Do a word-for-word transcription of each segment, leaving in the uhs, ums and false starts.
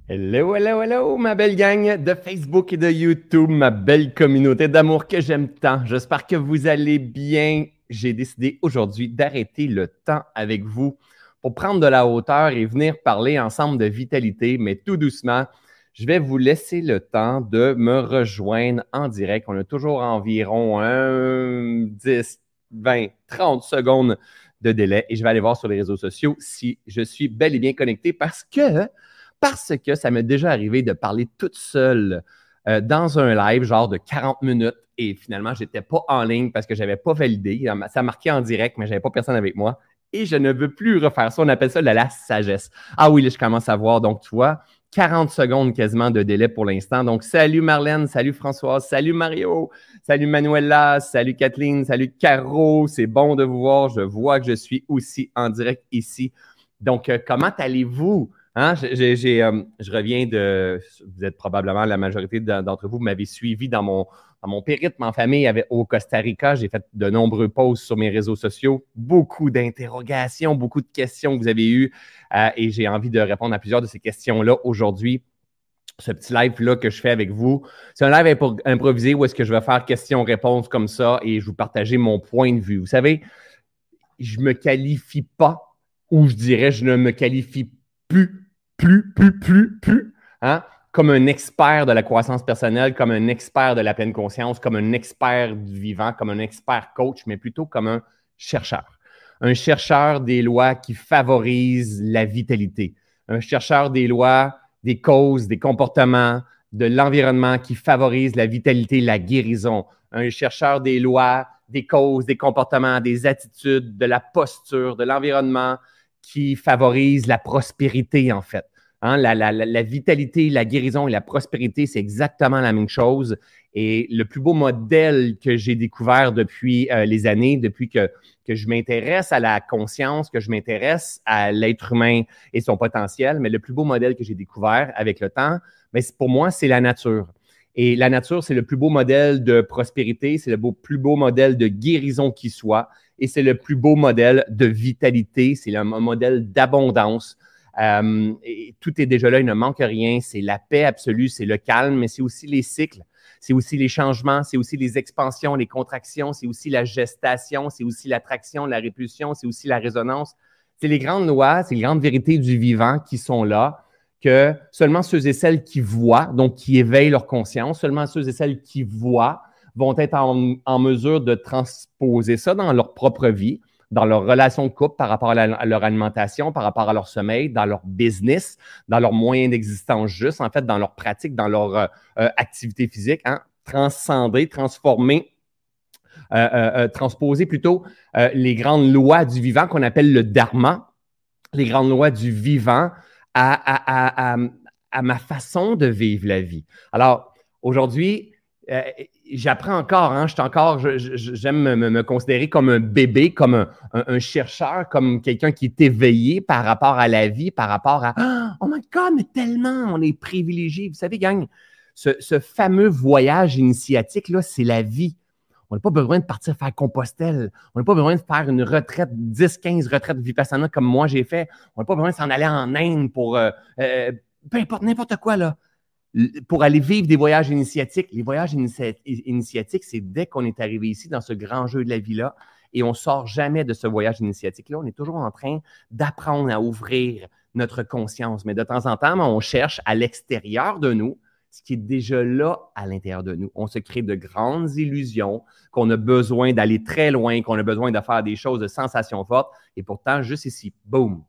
Hello, hello, hello, ma belle gang de Facebook et de YouTube, ma belle communauté d'amour que j'aime tant. J'espère que vous allez bien. J'ai décidé aujourd'hui d'arrêter le temps avec vous pour prendre de la hauteur et venir parler ensemble de vitalité, mais tout doucement. Je vais vous laisser le temps de me rejoindre en direct. On a toujours environ un, dix, vingt, trente secondes de délai et je vais aller voir sur les réseaux sociaux si je suis bel et bien connecté parce que Parce que ça m'est déjà arrivé de parler toute seule euh, dans un live, genre de quarante minutes, et finalement, je n'étais pas en ligne parce que je n'avais pas validé. Ça marquait en direct, mais je n'avais pas personne avec moi. Et je ne veux plus refaire ça. On appelle ça de la sagesse. Ah oui, là, je commence à voir. Donc, tu vois, quarante secondes quasiment de délai pour l'instant. Donc, salut Marlène, salut Françoise, salut Mario, salut Manuela, salut Kathleen, salut Caro. C'est bon de vous voir. Je vois que je suis aussi en direct ici. Donc, euh, comment allez-vous? Hein, j'ai, j'ai, euh, je reviens de, vous êtes probablement la majorité d'entre vous, vous m'avez suivi dans mon, dans mon périple en famille avec, au Costa Rica. J'ai fait de nombreux posts sur mes réseaux sociaux, beaucoup d'interrogations, beaucoup de questions que vous avez eues euh, et j'ai envie de répondre à plusieurs de ces questions-là aujourd'hui. Ce petit live-là que je fais avec vous, c'est un live impro- improvisé où est-ce que je vais faire questions-réponses comme ça et je vais vous partager mon point de vue. Vous savez, je ne me qualifie pas, ou je dirais je ne me qualifie plus plus, plus, plus, plus, hein, comme un expert de la croissance personnelle, comme un expert de la pleine conscience, comme un expert du vivant, comme un expert coach, mais plutôt comme un chercheur. Un chercheur des lois qui favorisent la vitalité. Un chercheur des lois, des causes, des comportements, de l'environnement qui favorise la vitalité, la guérison. Un chercheur des lois, des causes, des comportements, des attitudes, de la posture, de l'environnement, qui favorise la prospérité, en fait. Hein, la, la, la vitalité, la guérison et la prospérité, c'est exactement la même chose. Et le plus beau modèle que j'ai découvert depuis euh, les années, depuis que, que je m'intéresse à la conscience, que je m'intéresse à l'être humain et son potentiel, mais le plus beau modèle que j'ai découvert avec le temps, mais pour moi, c'est la nature. Et la nature, c'est le plus beau modèle de prospérité, c'est le beau, plus beau modèle de guérison qui soit. Et c'est le plus beau modèle de vitalité, c'est un modèle d'abondance. Euh, et tout est déjà là, il ne manque rien. C'est la paix absolue, c'est le calme, mais c'est aussi les cycles, c'est aussi les changements, c'est aussi les expansions, les contractions, c'est aussi la gestation, c'est aussi l'attraction, la répulsion, c'est aussi la résonance. C'est les grandes lois, c'est les grandes vérités du vivant qui sont là, que seulement ceux et celles qui voient, donc qui éveillent leur conscience, seulement ceux et celles qui voient, vont être en, en mesure de transposer ça dans leur propre vie, dans leur relation de couple par rapport à, la, à leur alimentation, par rapport à leur sommeil, dans leur business, dans leurs moyens d'existence juste, en fait, dans leur pratique, dans leur euh, euh, activité physique, hein, transcender, transformer, euh, euh, euh, transposer plutôt euh, les grandes lois du vivant qu'on appelle le dharma, les grandes lois du vivant à, à, à, à, à ma façon de vivre la vie. Alors, aujourd'hui, Euh, j'apprends encore, hein, je suis encore, je, je, j'aime me, me considérer comme un bébé, comme un, un, un chercheur, comme quelqu'un qui est éveillé par rapport à la vie, par rapport à « Oh my God, mais tellement on est privilégié! » Vous savez, gang, ce, ce fameux voyage initiatique, là, c'est la vie. On n'a pas besoin de partir faire Compostelle. On n'a pas besoin de faire une retraite, dix, quinze retraites Vipassana comme moi j'ai fait. On n'a pas besoin de s'en aller en Inde pour euh, euh, peu importe, n'importe quoi, là. Pour aller vivre des voyages initiatiques. Les voyages initia- initiatiques, c'est dès qu'on est arrivé ici dans ce grand jeu de la vie-là et on ne sort jamais de ce voyage initiatique-là. On est toujours en train d'apprendre à ouvrir notre conscience. Mais de temps en temps, on cherche à l'extérieur de nous ce qui est déjà là à l'intérieur de nous. On se crée de grandes illusions qu'on a besoin d'aller très loin, qu'on a besoin de faire des choses de sensations fortes. Et pourtant, juste ici, boum,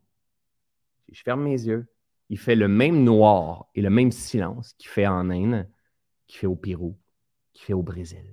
je ferme mes yeux. Il fait le même noir et le même silence qu'il fait en Inde, qu'il fait au Pérou, qu'il fait au Brésil.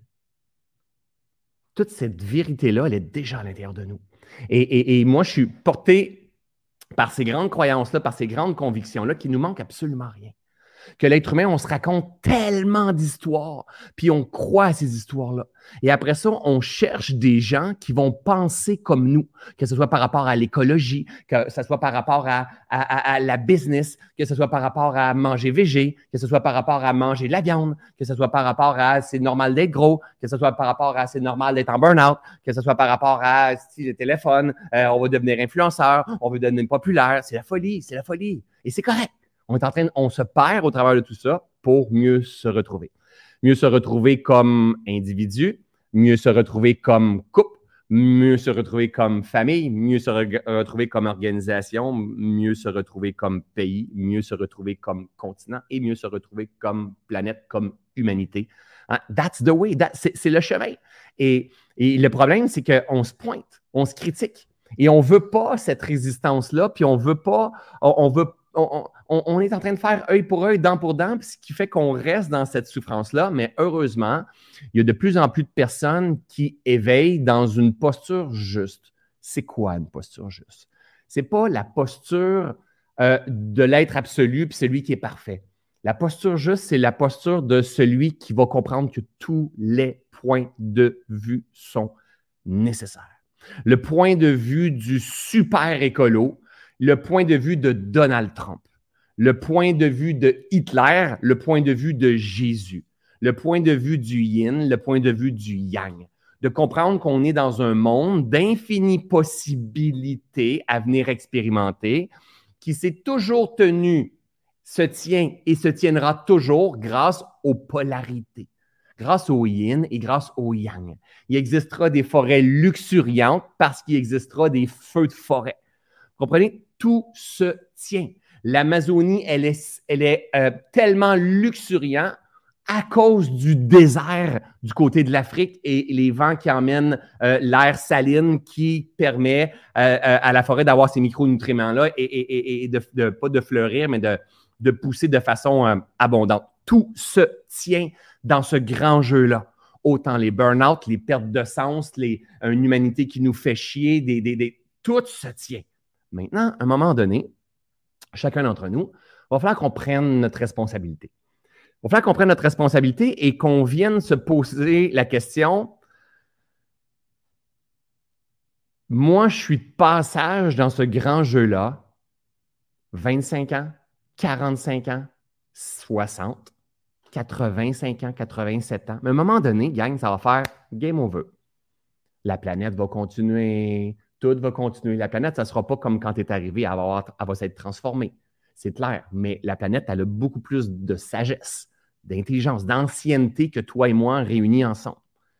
Toute cette vérité-là, elle est déjà à l'intérieur de nous. Et, et, et moi, je suis porté par ces grandes croyances-là, par ces grandes convictions-là qui nous manquent absolument rien. Que l'être humain, on se raconte tellement d'histoires, puis on croit à ces histoires-là. Et après ça, on cherche des gens qui vont penser comme nous, que ce soit par rapport à l'écologie, que ce soit par rapport à, à, à, à la business, que ce soit par rapport à manger végé, que ce soit par rapport à manger de la viande, que ce soit par rapport à c'est normal d'être gros, que ce soit par rapport à c'est normal d'être en burn-out, que ce soit par rapport à si le téléphone, euh, on va devenir influenceur, on veut devenir populaire. C'est la folie, c'est la folie. Et c'est correct. On est en train, on se perd au travers de tout ça pour mieux se retrouver. Mieux se retrouver comme individu, mieux se retrouver comme couple, mieux se retrouver comme famille, mieux se re- retrouver comme organisation, mieux se retrouver comme pays, mieux se retrouver comme continent et mieux se retrouver comme planète, comme humanité. Hein? That's the way, that, c'est, c'est le chemin. Et, et le problème, c'est qu'on se pointe, on se critique et on ne veut pas cette résistance-là, puis on veut pas, on, on veut On, on, on est en train de faire œil pour œil, dent pour dent, ce qui fait qu'on reste dans cette souffrance-là. Mais heureusement, il y a de plus en plus de personnes qui éveillent dans une posture juste. C'est quoi une posture juste? Ce n'est pas la posture euh, de l'être absolu puis celui qui est parfait. La posture juste, c'est la posture de celui qui va comprendre que tous les points de vue sont nécessaires. Le point de vue du super écolo, le point de vue de Donald Trump, le point de vue de Hitler, le point de vue de Jésus, le point de vue du yin, le point de vue du yang. De comprendre qu'on est dans un monde d'infinies possibilités à venir expérimenter, qui s'est toujours tenu, se tient et se tiendra toujours grâce aux polarités, grâce au yin et grâce au yang. Il existera des forêts luxuriantes parce qu'il existera des feux de forêt. Vous comprenez? Tout se tient. L'Amazonie, elle est, elle est euh, tellement luxuriante à cause du désert du côté de l'Afrique et les vents qui emmènent euh, l'air saline qui permet euh, euh, à la forêt d'avoir ces micronutriments-là et, et, et, et de, de, pas de fleurir, mais de, de pousser de façon euh, abondante. Tout se tient dans ce grand jeu-là. Autant les burn-out, les pertes de sens, les, une humanité qui nous fait chier, des, des, des, tout se tient. Maintenant, à un moment donné, chacun d'entre nous, il va falloir qu'on prenne notre responsabilité. Il va falloir qu'on prenne notre responsabilité et qu'on vienne se poser la question, moi, je suis de passage dans ce grand jeu-là, vingt-cinq ans, quarante-cinq ans, soixante, quatre-vingt-cinq ans, quatre-vingt-sept ans. Mais à un moment donné, gang, ça va faire game over. La planète va continuer, tout va continuer. La planète, ça ne sera pas comme quand tu es arrivé, elle va, elle va s'être transformée. C'est clair. Mais la planète, elle a beaucoup plus de sagesse, d'intelligence, d'ancienneté que toi et moi réunis ensemble.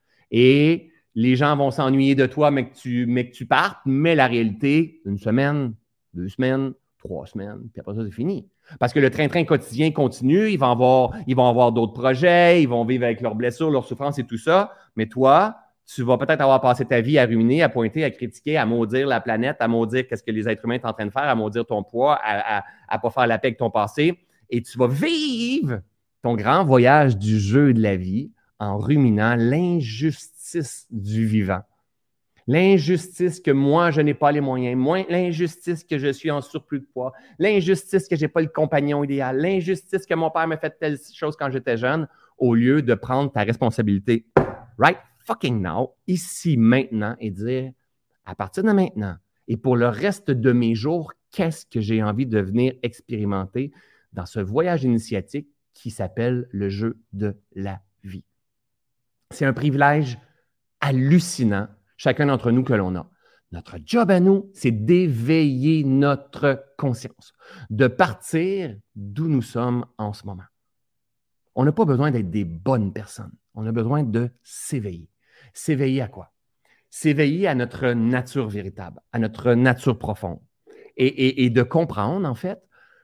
Et les gens vont s'ennuyer de toi, mais que tu, mais que tu partes. Mais la réalité, une semaine, deux semaines, trois semaines, puis après ça, c'est fini. Parce que le train-train quotidien continue, ils vont avoir, ils vont avoir d'autres projets, ils vont vivre avec leurs blessures, leurs souffrances et tout ça. Mais toi, tu vas peut-être avoir passé ta vie à ruiner, à pointer, à critiquer, à maudire la planète, à maudire qu'est-ce que les êtres humains sont en train de faire, à maudire ton poids, à ne pas faire la paix avec ton passé. Et tu vas vivre ton grand voyage du jeu de la vie en ruminant l'injustice du vivant. L'injustice que moi, je n'ai pas les moyens, moi, l'injustice que je suis en surplus de poids, l'injustice que je n'ai pas le compagnon idéal, l'injustice que mon père m'a fait telle chose quand j'étais jeune, au lieu de prendre ta responsabilité right fucking now, ici, maintenant, et dire, à partir de maintenant, et pour le reste de mes jours, qu'est-ce que j'ai envie de venir expérimenter dans ce voyage initiatique qui s'appelle le jeu de la vie. C'est un privilège hallucinant, chacun d'entre nous que l'on a. Notre job à nous, c'est d'éveiller notre conscience, de partir d'où nous sommes en ce moment. On n'a pas besoin d'être des bonnes personnes. On a besoin de s'éveiller. S'éveiller à quoi? S'éveiller à notre nature véritable, à notre nature profonde. Et, et, et de comprendre, en fait,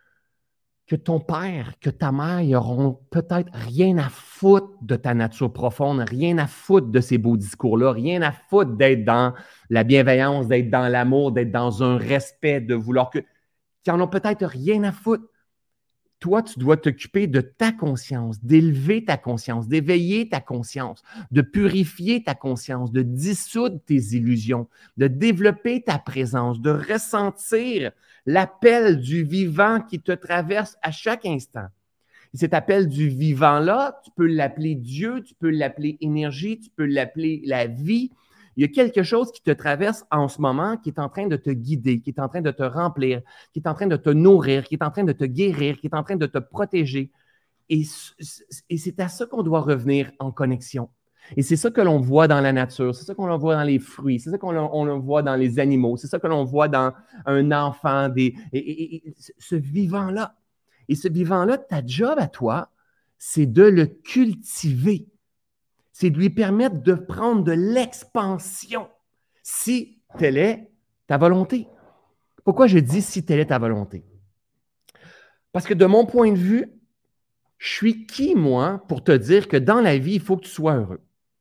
que ton père, que ta mère, ils n'auront peut-être rien à foutre de ta nature profonde, rien à foutre de ces beaux discours-là, rien à foutre d'être dans la bienveillance, d'être dans l'amour, d'être dans un respect, de vouloir que... Ils n'en ont peut-être rien à foutre. Toi, tu dois t'occuper de ta conscience, d'élever ta conscience, d'éveiller ta conscience, de purifier ta conscience, de dissoudre tes illusions, de développer ta présence, de ressentir l'appel du vivant qui te traverse à chaque instant. Et cet appel du vivant-là, tu peux l'appeler Dieu, tu peux l'appeler énergie, tu peux l'appeler la vie. Il y a quelque chose qui te traverse en ce moment, qui est en train de te guider, qui est en train de te remplir, qui est en train de te nourrir, qui est en train de te guérir, qui est en train de te protéger. Et, et c'est à ça qu'on doit revenir en connexion. Et c'est ça que l'on voit dans la nature, c'est ça qu'on voit dans les fruits, c'est ça qu'on on voit dans les animaux, c'est ça que l'on voit dans un enfant, des, et, et, et, ce vivant-là. Et ce vivant-là, ta job à toi, c'est de le cultiver. C'est de lui permettre de prendre de l'expansion, si telle est ta volonté. Pourquoi je dis si telle est ta volonté? Parce que de mon point de vue, je suis qui, moi, pour te dire que dans la vie, il faut que tu sois heureux?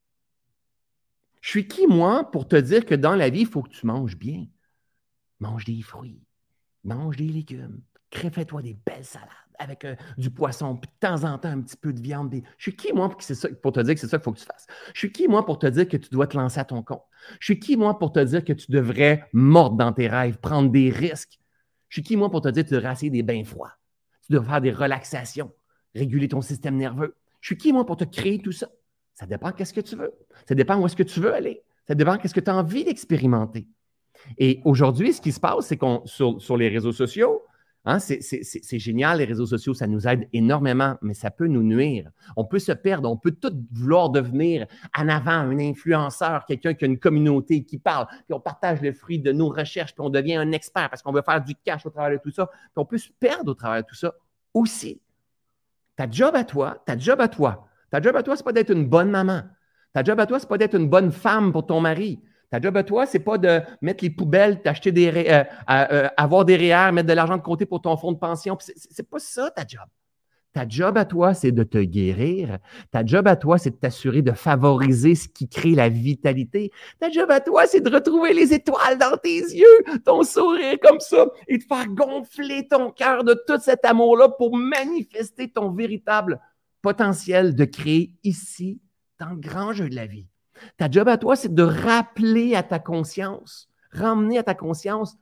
Je suis qui, moi, pour te dire que dans la vie, il faut que tu manges bien? Mange des fruits, mange des légumes, crée-toi des belles salades avec euh, du poisson, puis de temps en temps, un petit peu de viande. Des... Je suis qui, moi, pour, que c'est ça, pour te dire que c'est ça qu'il faut que tu fasses? Je suis qui, moi, pour te dire que tu dois te lancer à ton compte? Je suis qui, moi, pour te dire que tu devrais mordre dans tes rêves, prendre des risques? Je suis qui, moi, pour te dire que tu devrais essayer des bains froids? Tu devrais faire des relaxations, réguler ton système nerveux. Je suis qui, moi, pour te créer tout ça? Ça dépend qu'est-ce que tu veux. Ça dépend où est-ce que tu veux aller. Ça dépend qu'est-ce que tu as envie d'expérimenter. Et aujourd'hui, ce qui se passe, c'est qu'on sur, sur les réseaux sociaux, hein, c'est, c'est, c'est, c'est génial, les réseaux sociaux, ça nous aide énormément, mais ça peut nous nuire. On peut se perdre, on peut tout vouloir devenir en avant un influenceur, quelqu'un qui a une communauté, qui parle, puis on partage le fruit de nos recherches, puis on devient un expert parce qu'on veut faire du cash au travers de tout ça, puis on peut se perdre au travers de tout ça aussi. Ta job à toi, ta job à toi, ta job à toi, c'est pas d'être une bonne maman. Ta job à toi, c'est pas d'être une bonne femme pour ton mari. Ta job à toi, c'est pas de mettre les poubelles, t'acheter des ré, euh, euh, avoir des R E E R, mettre de l'argent de côté pour ton fonds de pension. C'est, c'est pas ça ta job. Ta job à toi, c'est de te guérir. Ta job à toi, c'est de t'assurer de favoriser ce qui crée la vitalité. Ta job à toi, c'est de retrouver les étoiles dans tes yeux, ton sourire comme ça, et de faire gonfler ton cœur de tout cet amour-là pour manifester ton véritable potentiel de créer ici, dans le grand jeu de la vie. Ta job à toi, c'est de rappeler à ta conscience, ramener à ta conscience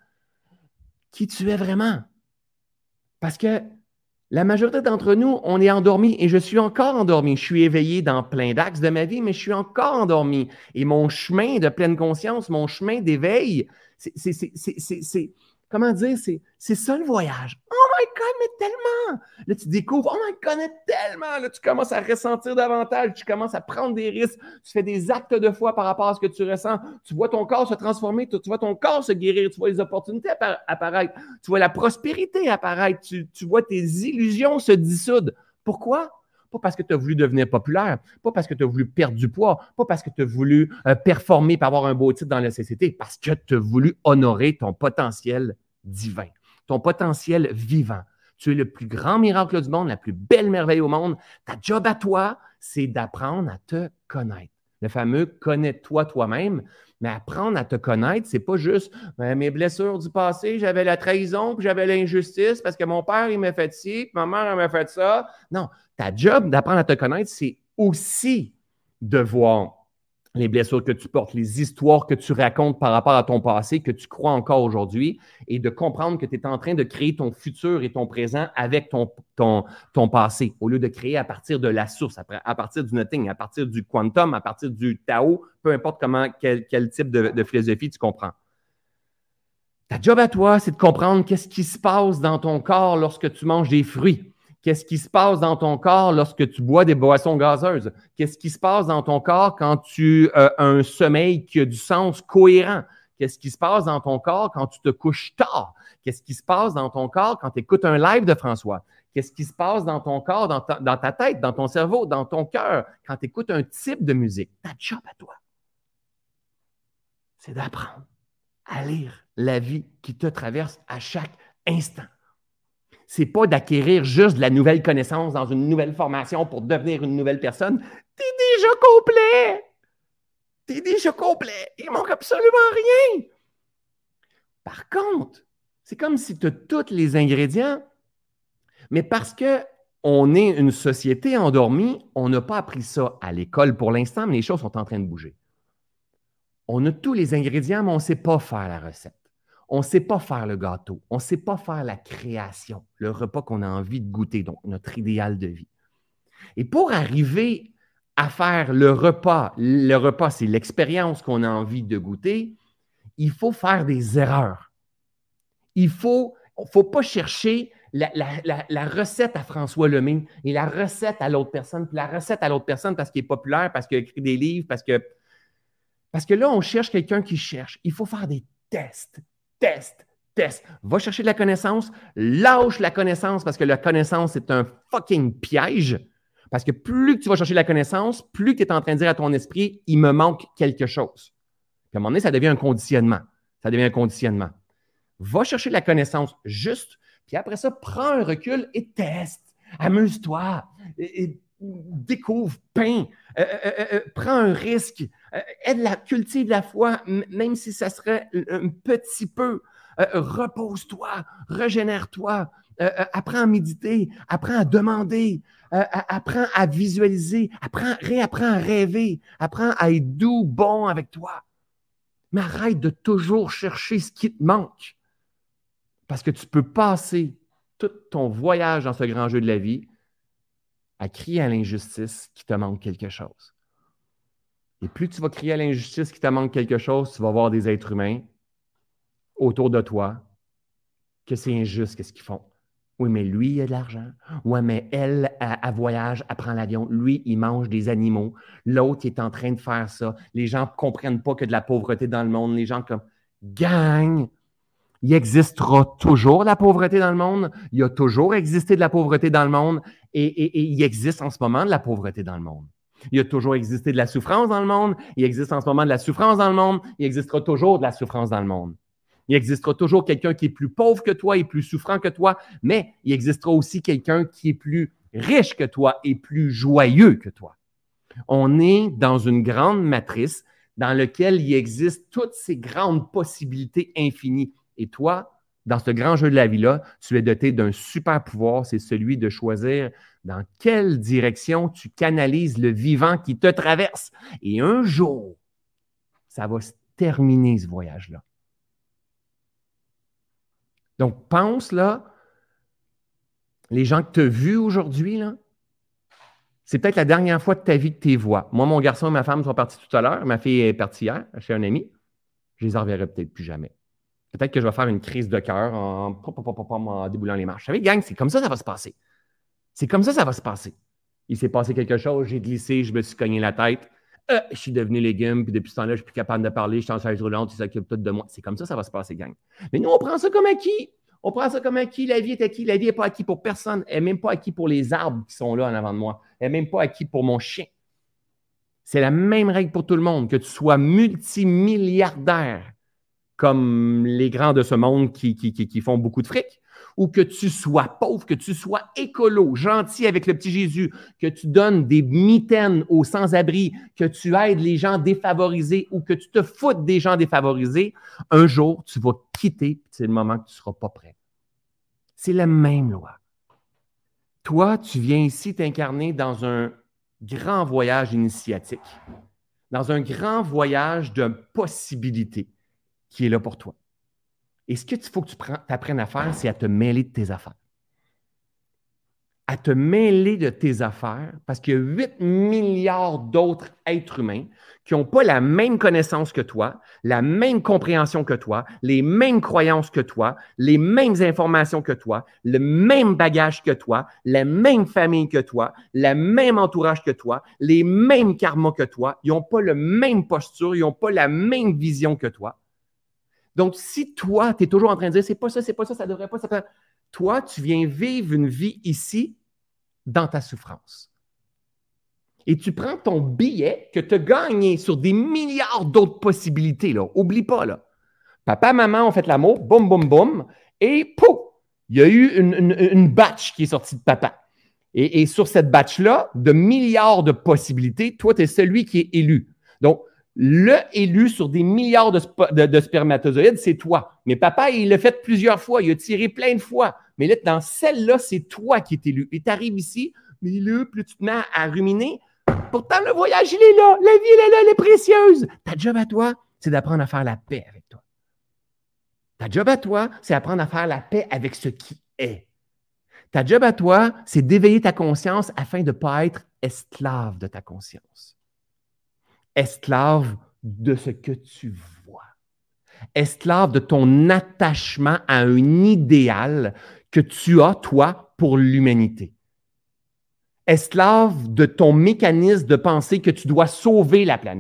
qui tu es vraiment. Parce que la majorité d'entre nous, on est endormi et je suis encore endormi. Je suis éveillé dans plein d'axes de ma vie, mais je suis encore endormi. Et mon chemin de pleine conscience, mon chemin d'éveil, c'est, c'est, c'est, c'est, c'est, c'est comment dire, c'est, c'est ça le voyage. Oh my God, mais tellement! Là, tu découvres, oh my God, mais tellement! Là, tu commences à ressentir davantage, tu commences à prendre des risques, tu fais des actes de foi par rapport à ce que tu ressens, tu vois ton corps se transformer, tu, tu vois ton corps se guérir, tu vois les opportunités apparaître, tu vois la prospérité apparaître, tu, tu vois tes illusions se dissoudre. Pourquoi? Pas parce que tu as voulu devenir populaire, pas parce que tu as voulu perdre du poids, pas parce que tu as voulu euh, performer pour avoir un beau titre dans la société, parce que tu as voulu honorer ton potentiel divin, ton potentiel vivant. Tu es le plus grand miracle du monde, la plus belle merveille au monde. Ta job à toi, c'est d'apprendre à te connaître. Le fameux « connais-toi toi-même ». Mais apprendre à te connaître, c'est pas juste ben, mes blessures du passé, j'avais la trahison, puis j'avais l'injustice parce que mon père, il m'a fait ci, puis ma mère, elle m'a fait ça. Non, ta job d'apprendre à te connaître, c'est aussi de voir les blessures que tu portes, les histoires que tu racontes par rapport à ton passé, que tu crois encore aujourd'hui, et de comprendre que tu es en train de créer ton futur et ton présent avec ton, ton, ton passé, au lieu de créer à partir de la source, à partir du nothing, à partir du quantum, à partir du Tao, peu importe comment, quel, quel type de, de philosophie tu comprends. Ta job à toi, c'est de comprendre qu'est-ce qui se passe dans ton corps lorsque tu manges des fruits. Qu'est-ce qui se passe dans ton corps lorsque tu bois des boissons gazeuses? Qu'est-ce qui se passe dans ton corps quand tu as un sommeil qui a du sens cohérent? Qu'est-ce qui se passe dans ton corps quand tu te couches tard? Qu'est-ce qui se passe dans ton corps quand tu écoutes un live de François? Qu'est-ce qui se passe dans ton corps, dans ta, dans ta tête, dans ton cerveau, dans ton cœur quand tu écoutes un type de musique? Ta job à toi, c'est d'apprendre à lire la vie qui te traverse à chaque instant. C'est pas d'acquérir juste de la nouvelle connaissance dans une nouvelle formation pour devenir une nouvelle personne. T'es déjà complet! T'es déjà complet! Il manque absolument rien! Par contre, c'est comme si tu as tous les ingrédients, mais parce qu'on est une société endormie, on n'a pas appris ça à l'école pour l'instant, mais les choses sont en train de bouger. On a tous les ingrédients, mais on ne sait pas faire la recette. On ne sait pas faire le gâteau. On ne sait pas faire la création, le repas qu'on a envie de goûter, donc notre idéal de vie. Et pour arriver à faire le repas, le repas, c'est l'expérience qu'on a envie de goûter, il faut faire des erreurs. Il ne faut, faut pas chercher la, la, la, la recette à François Lemay et la recette à l'autre personne, puis la recette à l'autre personne parce qu'il est populaire, parce qu'il a écrit des livres, parce que, parce que là, on cherche quelqu'un qui cherche. Il faut faire des tests. Test, teste. Va chercher de la connaissance, lâche la connaissance parce que la connaissance, c'est un fucking piège. Parce que plus que tu vas chercher de la connaissance, plus que tu es en train de dire à ton esprit, il me manque quelque chose. Puis à un moment donné, ça devient un conditionnement. Ça devient un conditionnement. Va chercher de la connaissance juste, puis après ça, prends un recul et teste. Amuse-toi. Et, et, découvre, peins, euh, euh, euh, prends un risque, euh, aide-la, cultive la foi, m- même si ça serait un, un petit peu. Euh, repose-toi, régénère-toi, euh, euh, apprends à méditer, apprends à demander, euh, à- apprends à visualiser, apprends, réapprends à rêver, apprends à être doux, bon avec toi. Mais arrête de toujours chercher ce qui te manque. Parce que tu peux passer tout ton voyage dans ce grand jeu de la vie à crier à l'injustice qu'il te manque quelque chose. Et plus tu vas crier à l'injustice qu'il te manque quelque chose, tu vas voir des êtres humains autour de toi que c'est injuste, qu'est-ce qu'ils font. Oui, mais lui, il a de l'argent. Oui, mais elle, elle, elle voyage, elle prend l'avion. Lui, il mange des animaux. L'autre, il est en train de faire ça. Les gens ne comprennent pas que de la pauvreté dans le monde. Les gens comme, gang, il existera toujours de la pauvreté dans le monde. Il y a toujours existé de la pauvreté dans le monde. Et, et, et il existe en ce moment de la pauvreté dans le monde. Il y a toujours existé de la souffrance dans le monde. Il existe en ce moment de la souffrance dans le monde. Il existera toujours de la souffrance dans le monde. Il existera toujours quelqu'un qui est plus pauvre que toi et plus souffrant que toi, mais il existera aussi quelqu'un qui est plus riche que toi et plus joyeux que toi. On est dans une grande matrice dans laquelle il existe toutes ces grandes possibilités infinies. Et toi, dans ce grand jeu de la vie-là, tu es doté d'un super pouvoir, c'est celui de choisir dans quelle direction tu canalises le vivant qui te traverse. Et un jour, ça va se terminer ce voyage-là. Donc, pense, là, les gens que tu as vus aujourd'hui, là, c'est peut-être la dernière fois de ta vie que tu les vois. Moi, mon garçon et ma femme sont partis tout à l'heure. Ma fille est partie hier chez un ami. Je les en reverrai peut-être plus jamais. Peut-être que je vais faire une crise de cœur en, en déboulant les marches. Vous savez, gang, c'est comme ça que ça va se passer. C'est comme ça que ça va se passer. Il s'est passé quelque chose, j'ai glissé, je me suis cogné la tête. Euh, je suis devenu légume, puis depuis ce temps-là, je ne suis plus capable de parler, je suis en chaise roulante, il s'occupe tout de moi. C'est comme ça que ça va se passer, gang. Mais nous, on prend ça comme acquis. On prend ça comme acquis. La vie est acquis. La vie n'est pas acquis pour personne. Elle n'est même pas acquis pour les arbres qui sont là en avant de moi. Elle n'est même pas acquis pour mon chien. C'est la même règle pour tout le monde, que tu sois multimilliardaire, comme les grands de ce monde qui, qui, qui, qui font beaucoup de fric, ou que tu sois pauvre, que tu sois écolo, gentil avec le petit Jésus, que tu donnes des mitaines aux sans-abri, que tu aides les gens défavorisés ou que tu te foutes des gens défavorisés, un jour, tu vas quitter, puis c'est le moment que tu ne seras pas prêt. C'est la même loi. Toi, tu viens ici t'incarner dans un grand voyage initiatique, dans un grand voyage de possibilités qui est là pour toi. Et ce qu'il faut que tu apprennes à faire, c'est à te mêler de tes affaires. À te mêler de tes affaires parce qu'il y a huit milliards d'autres êtres humains qui n'ont pas la même connaissance que toi, la même compréhension que toi, les mêmes croyances que toi, les mêmes informations que toi, le même bagage que toi, la même famille que toi, le même entourage que toi, les mêmes karmas que toi. Ils n'ont pas la même posture, ils n'ont pas la même vision que toi. Donc, si toi, tu es toujours en train de dire, c'est pas ça, c'est pas ça, ça devrait pas, ça peut... Toi, tu viens vivre une vie ici dans ta souffrance. Et tu prends ton billet que tu as gagné sur des milliards d'autres possibilités, là. Oublie pas, là. Papa, maman ont fait l'amour, boum, boum, boum, et pouf, il y a eu une, une, une batch qui est sortie de papa. Et, et sur cette batch-là, de milliards de possibilités, toi, tu es celui qui est élu. Donc, le élu sur des milliards de, sp- de, de spermatozoïdes, c'est toi. Mais papa, il l'a fait plusieurs fois. Il a tiré plein de fois. Mais là, dans celle-là, c'est toi qui es élu. Et tu arrives ici, mais là, plus tu te mets à ruminer. Pourtant, le voyage, il est là. La vie, elle est là, elle est précieuse. Ta job à toi, c'est d'apprendre à faire la paix avec toi. Ta job à toi, c'est d'apprendre à faire la paix avec ce qui est. Ta job à toi, c'est d'éveiller ta conscience afin de ne pas être esclave de ta conscience. Esclave de ce que tu vois. Esclave de ton attachement à un idéal que tu as, toi, pour l'humanité. Esclave de ton mécanisme de penser que tu dois sauver la planète.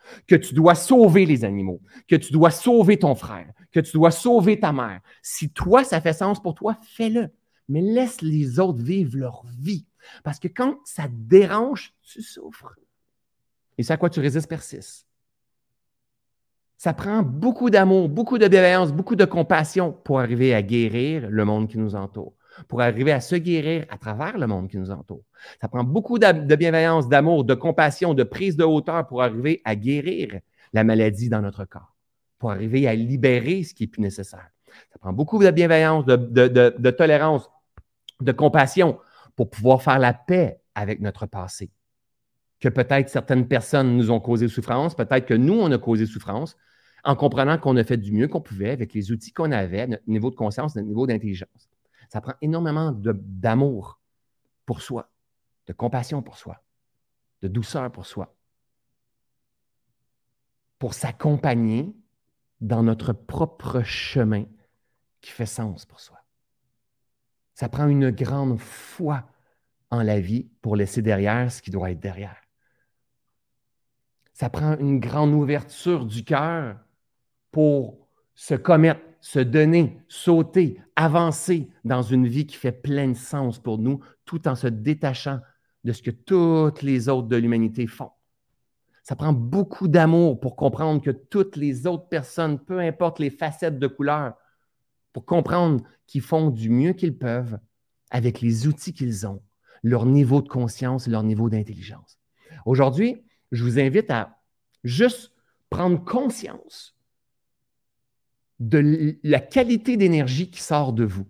que tu dois sauver les animaux, que tu dois sauver ton frère, que tu dois sauver ta mère. Si toi, ça fait sens pour toi, fais-le. Mais laisse les autres vivre leur vie. Parce que quand ça te dérange, tu souffres. Et c'est à quoi tu résistes persiste. Ça prend beaucoup d'amour, beaucoup de bienveillance, beaucoup de compassion pour arriver à guérir le monde qui nous entoure, pour arriver à se guérir à travers le monde qui nous entoure. Ça prend beaucoup de bienveillance, d'amour, de compassion, de prise de hauteur pour arriver à guérir la maladie dans notre corps, pour arriver à libérer ce qui est plus nécessaire. Ça prend beaucoup de bienveillance, de, de, de, de tolérance, de compassion pour pouvoir faire la paix avec notre passé. Que peut-être certaines personnes nous ont causé souffrance, peut-être que nous, on a causé souffrance, en comprenant qu'on a fait du mieux qu'on pouvait avec les outils qu'on avait, notre niveau de conscience, notre niveau d'intelligence. Ça prend énormément de, d'amour pour soi, de compassion pour soi, de douceur pour soi, pour s'accompagner dans notre propre chemin qui fait sens pour soi. Ça prend une grande foi en la vie pour laisser derrière ce qui doit être derrière. Ça prend une grande ouverture du cœur pour se commettre, se donner, sauter, avancer dans une vie qui fait plein de sens pour nous, tout en se détachant de ce que toutes les autres de l'humanité font. Ça prend beaucoup d'amour pour comprendre que toutes les autres personnes, peu importe les facettes de couleur, pour comprendre qu'ils font du mieux qu'ils peuvent avec les outils qu'ils ont, leur niveau de conscience et leur niveau d'intelligence. Aujourd'hui, je vous invite à juste prendre conscience de la qualité d'énergie qui sort de vous.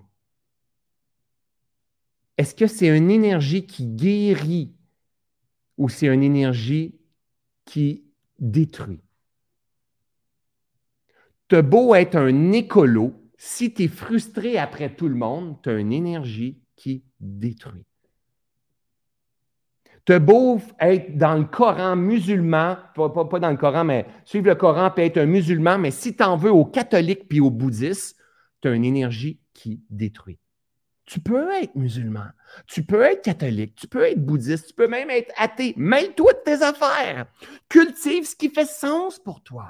Est-ce que c'est une énergie qui guérit ou c'est une énergie qui détruit? T'as beau être un écolo, si tu es frustré après tout le monde, tu as une énergie qui détruit. T'as beau être dans le Coran musulman, pas, pas, pas dans le Coran, mais suivre le Coran puis être un musulman, mais si tu en veux aux catholiques puis aux bouddhistes, tu as une énergie qui détruit. Tu peux être musulman, tu peux être catholique, tu peux être bouddhiste, tu peux même être athée. Mêle-toi de tes affaires. Cultive ce qui fait sens pour toi.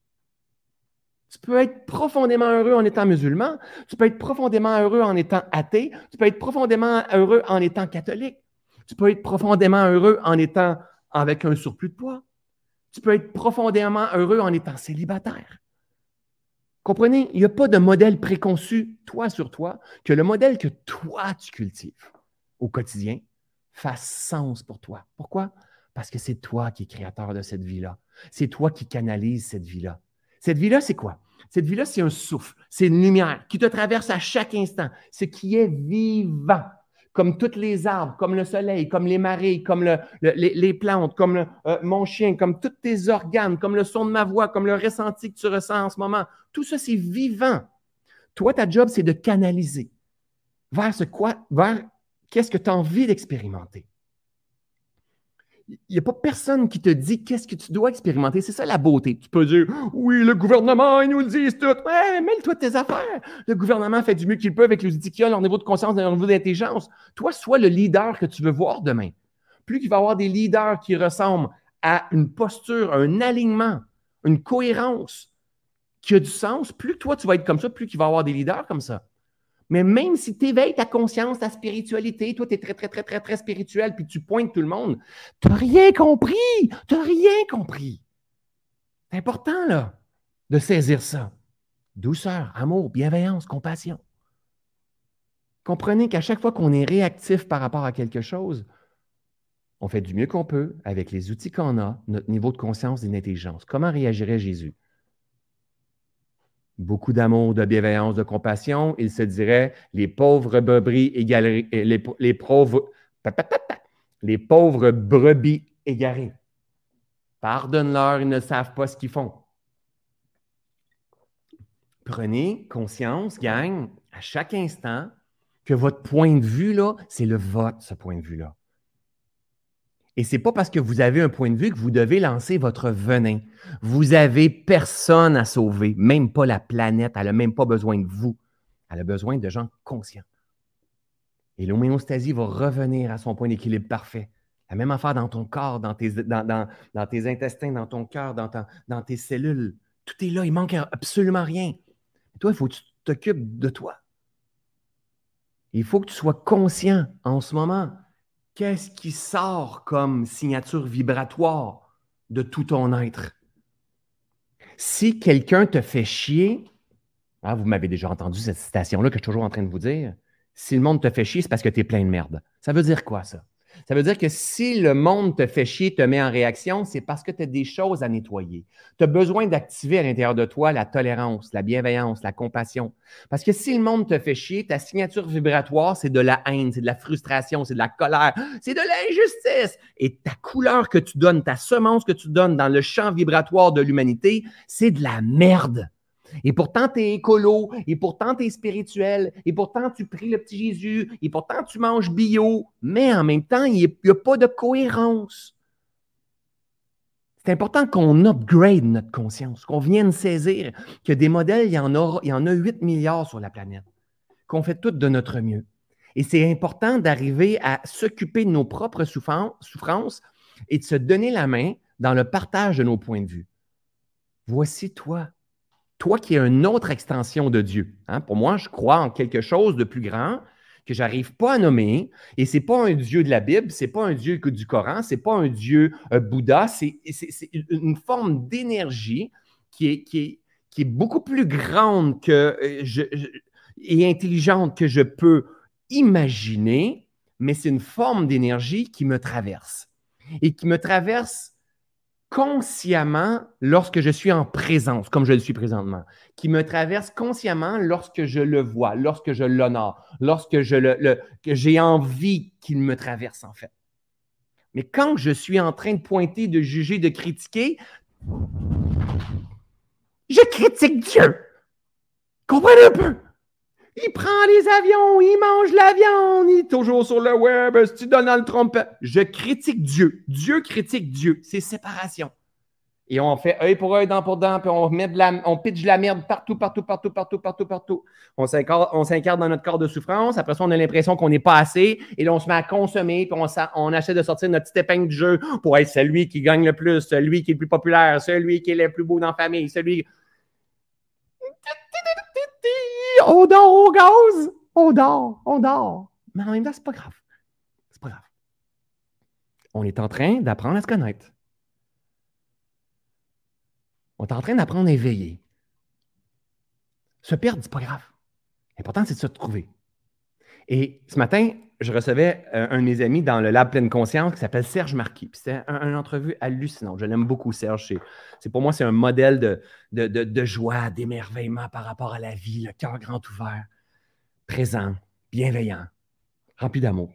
Tu peux être profondément heureux en étant musulman, tu peux être profondément heureux en étant athée, tu peux être profondément heureux en étant catholique. Tu peux être profondément heureux en étant avec un surplus de poids. Tu peux être profondément heureux en étant célibataire. Comprenez, il n'y a pas de modèle préconçu, toi sur toi, que le modèle que toi tu cultives au quotidien fasse sens pour toi. Pourquoi? Parce que c'est toi qui es créateur de cette vie-là. C'est toi qui canalises cette vie-là. Cette vie-là, c'est quoi? Cette vie-là, c'est un souffle, c'est une lumière qui te traverse à chaque instant, ce qui est vivant. Comme tous les arbres, comme le soleil, comme les marées, comme le, le, les, les plantes, comme le, euh, mon chien, comme tous tes organes, comme le son de ma voix, comme le ressenti que tu ressens en ce moment. Tout ça, c'est vivant. Toi, ta job, c'est de canaliser vers ce quoi, vers qu'est-ce que tu as envie d'expérimenter. Il n'y a pas personne qui te dit qu'est-ce que tu dois expérimenter. C'est ça la beauté. Tu peux dire, oui, le gouvernement, ils nous le disent tout. Ouais, mêle-toi de tes affaires. Le gouvernement fait du mieux qu'il peut avec les outils qu'il a, leur niveau de conscience, leur niveau d'intelligence. Toi, sois le leader que tu veux voir demain. Plus qu'il va y avoir des leaders qui ressemblent à une posture, un alignement, une cohérence qui a du sens, plus toi, tu vas être comme ça, plus qu'il va y avoir des leaders comme ça. Mais même si tu éveilles ta conscience, ta spiritualité, toi, tu es très, très, très, très, très spirituel, puis tu pointes tout le monde, tu n'as rien compris. Tu n'as rien compris. C'est important, là, de saisir ça. Douceur, amour, bienveillance, compassion. Comprenez qu'à chaque fois qu'on est réactif par rapport à quelque chose, on fait du mieux qu'on peut avec les outils qu'on a, notre niveau de conscience et d'intelligence. Comment réagirait Jésus? Beaucoup d'amour, de bienveillance, de compassion. Il se dirait, les pauvres brebis égarées, les, les, pauvres, les pauvres brebis égarées. Pardonne-leur, ils ne savent pas ce qu'ils font. Prenez conscience, gang, à chaque instant, que votre point de vue, là, c'est le vôtre, ce point de vue-là. Et ce n'est pas parce que vous avez un point de vue que vous devez lancer votre venin. Vous n'avez personne à sauver, même pas la planète. Elle n'a même pas besoin de vous. Elle a besoin de gens conscients. Et l'homéostasie va revenir à son point d'équilibre parfait. La même affaire dans ton corps, dans tes, dans, dans, dans tes intestins, dans ton cœur, dans, ta, dans tes cellules. Tout est là, il manque absolument rien. Et toi, il faut que tu t'occupes de toi. Il faut que tu sois conscient en ce moment. Qu'est-ce qui sort comme signature vibratoire de tout ton être? Si quelqu'un te fait chier, hein, vous m'avez déjà entendu cette citation-là que je suis toujours en train de vous dire, si le monde te fait chier, c'est parce que tu es plein de merde. Ça veut dire quoi, ça? Ça veut dire que si le monde te fait chier, te met en réaction, c'est parce que tu as des choses à nettoyer. Tu as besoin d'activer à l'intérieur de toi la tolérance, la bienveillance, la compassion. Parce que si le monde te fait chier, ta signature vibratoire, c'est de la haine, c'est de la frustration, c'est de la colère, c'est de l'injustice. Et ta couleur que tu donnes, ta semence que tu donnes dans le champ vibratoire de l'humanité, c'est de la merde. Et pourtant, tu es écolo, et pourtant, tu es spirituel, et pourtant, tu pries le petit Jésus, et pourtant, tu manges bio, mais en même temps, il n'y a pas de cohérence. C'est important qu'on upgrade notre conscience, qu'on vienne saisir que des modèles, il y en a, il y en a huit milliards sur la planète, qu'on fait tout de notre mieux. Et c'est important d'arriver à s'occuper de nos propres souffrances et de se donner la main dans le partage de nos points de vue. Voici toi. Toi qui es une autre extension de Dieu. Hein? Pour moi, je crois en quelque chose de plus grand que je n'arrive pas à nommer. Et ce n'est pas un Dieu de la Bible, ce n'est pas un Dieu du Coran, ce n'est pas un Dieu euh, Bouddha, c'est, c'est, c'est une forme d'énergie qui est, qui est, qui est beaucoup plus grande que, euh, je, je, et intelligente que je peux imaginer, mais c'est une forme d'énergie qui me traverse. Et qui me traverse consciemment lorsque je suis en présence, comme je le suis présentement, qui me traverse consciemment lorsque je le vois, lorsque je l'honore, lorsque je le, le, que j'ai envie qu'il me traverse, en fait. Mais quand je suis en train de pointer, de juger, de critiquer, je critique Dieu. Comprenez un peu? Il prend les avions, il mange la viande, il est toujours sur le web, c'est Donald Trump. Je critique Dieu. Dieu critique Dieu. C'est séparation. Et on fait œil pour œil, dent pour dent, puis on met de la, on pitche de la merde partout, partout, partout, partout, partout, partout. On s'incarne, on s'incarne dans notre corps de souffrance. Après ça, on a l'impression qu'on n'est pas assez. Et là, on se met à consommer, puis on, on essaie de sortir notre petite épingle du jeu pour être celui qui gagne le plus, celui qui est le plus populaire, celui qui est le plus beau dans la famille, celui... On dort au gaz! On dort, on dort. Mais en même temps, c'est pas grave. C'est pas grave. On est en train d'apprendre à se connaître. On est en train d'apprendre à éveiller. Se perdre, c'est pas grave. L'important, c'est de se trouver. Et ce matin, je recevais euh, un de mes amis dans le Lab Pleine Conscience qui s'appelle Serge Marquis. C'était un, une entrevue hallucinante. Je l'aime beaucoup, Serge. C'est, c'est pour moi, c'est un modèle de, de, de, de joie, d'émerveillement par rapport à la vie, le cœur grand ouvert, présent, bienveillant, rempli d'amour.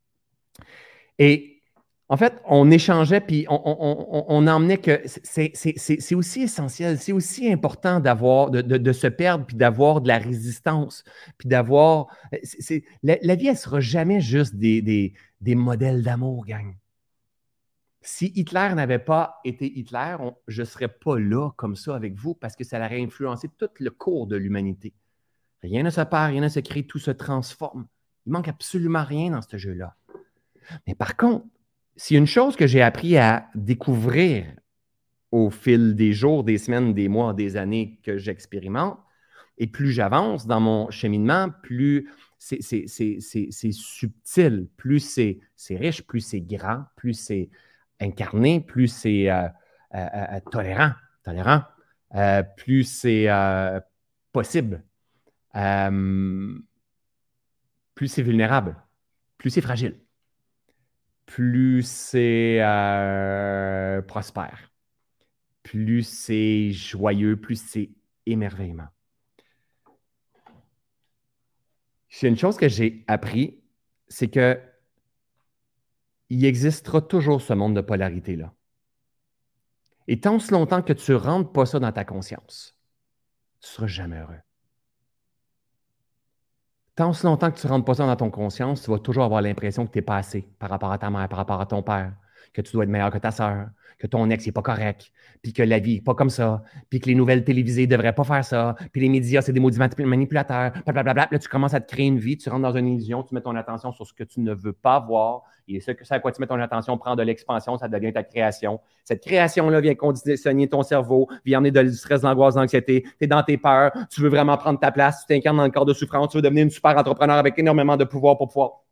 Et en fait, on échangeait, puis on, on, on, on emmenait que c'est, c'est, c'est, c'est aussi essentiel, c'est aussi important d'avoir, de, de, de se perdre, puis d'avoir de la résistance, puis d'avoir... C'est, c'est, la, la vie, elle ne sera jamais juste des, des, des modèles d'amour, gang. Si Hitler n'avait pas été Hitler, on, je ne serais pas là comme ça avec vous, parce que ça aurait influencé tout le cours de l'humanité. Rien ne se perd, rien ne se crée, tout se transforme. Il ne manque absolument rien dans ce jeu-là. Mais par contre, s'il y a une chose que j'ai appris à découvrir au fil des jours, des semaines, des mois, des années que j'expérimente, et plus j'avance dans mon cheminement, plus c'est, c'est, c'est, c'est, c'est subtil, plus c'est, c'est riche, plus c'est grand, plus c'est incarné, plus c'est euh, euh, euh, tolérant, tolérant euh, plus c'est euh, possible, euh, plus c'est vulnérable, plus c'est fragile. Plus c'est euh, prospère, plus c'est joyeux, plus c'est émerveillement. C'est une chose que j'ai appris, c'est que il existera toujours ce monde de polarité-là. Et tant aussi longtemps que tu ne rentres pas ça dans ta conscience, tu ne seras jamais heureux. Tant aussi longtemps que tu ne rentres pas ça dans ton conscience, tu vas toujours avoir l'impression que tu n'es pas assez par rapport à ta mère, par rapport à ton père, que tu dois être meilleur que ta sœur, que ton ex n'est pas correct, puis que la vie n'est pas comme ça, puis que les nouvelles télévisées ne devraient pas faire ça, puis les médias, c'est des maudits manipulateurs, blablabla. Là, tu commences à te créer une vie, tu rentres dans une illusion, tu mets ton attention sur ce que tu ne veux pas voir, et ce à quoi tu mets ton attention prend de l'expansion, ça devient ta création. Cette création-là vient conditionner ton cerveau, vient emmener de stress, d'angoisse, d'anxiété, tu es dans tes peurs, tu veux vraiment prendre ta place, tu t'incarnes dans le corps de souffrance, tu veux devenir une super entrepreneur avec énormément de pouvoir pour pouvoir...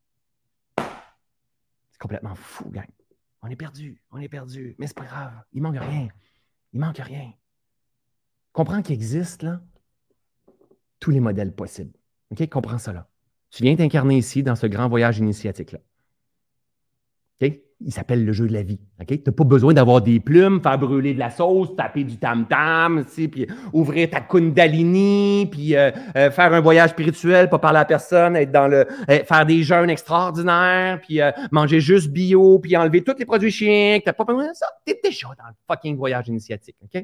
C'est complètement fou, gang. On est perdu, on est perdu, mais c'est pas grave, il manque rien, il manque rien. Comprends qu'il existe, là, tous les modèles possibles. OK? Comprends ça, là. Tu viens t'incarner ici, dans ce grand voyage initiatique-là. OK? Il s'appelle le jeu de la vie. OK? Tu n'as pas besoin d'avoir des plumes, faire brûler de la sauce, taper du tam-tam, puis ouvrir ta kundalini, puis euh, euh, faire un voyage spirituel, pas parler à personne, être dans le, euh, faire des jeûnes extraordinaires, puis euh, manger juste bio, puis enlever tous les produits chimiques. Tu n'as pas besoin de ça. Tu es déjà dans le fucking voyage initiatique. OK?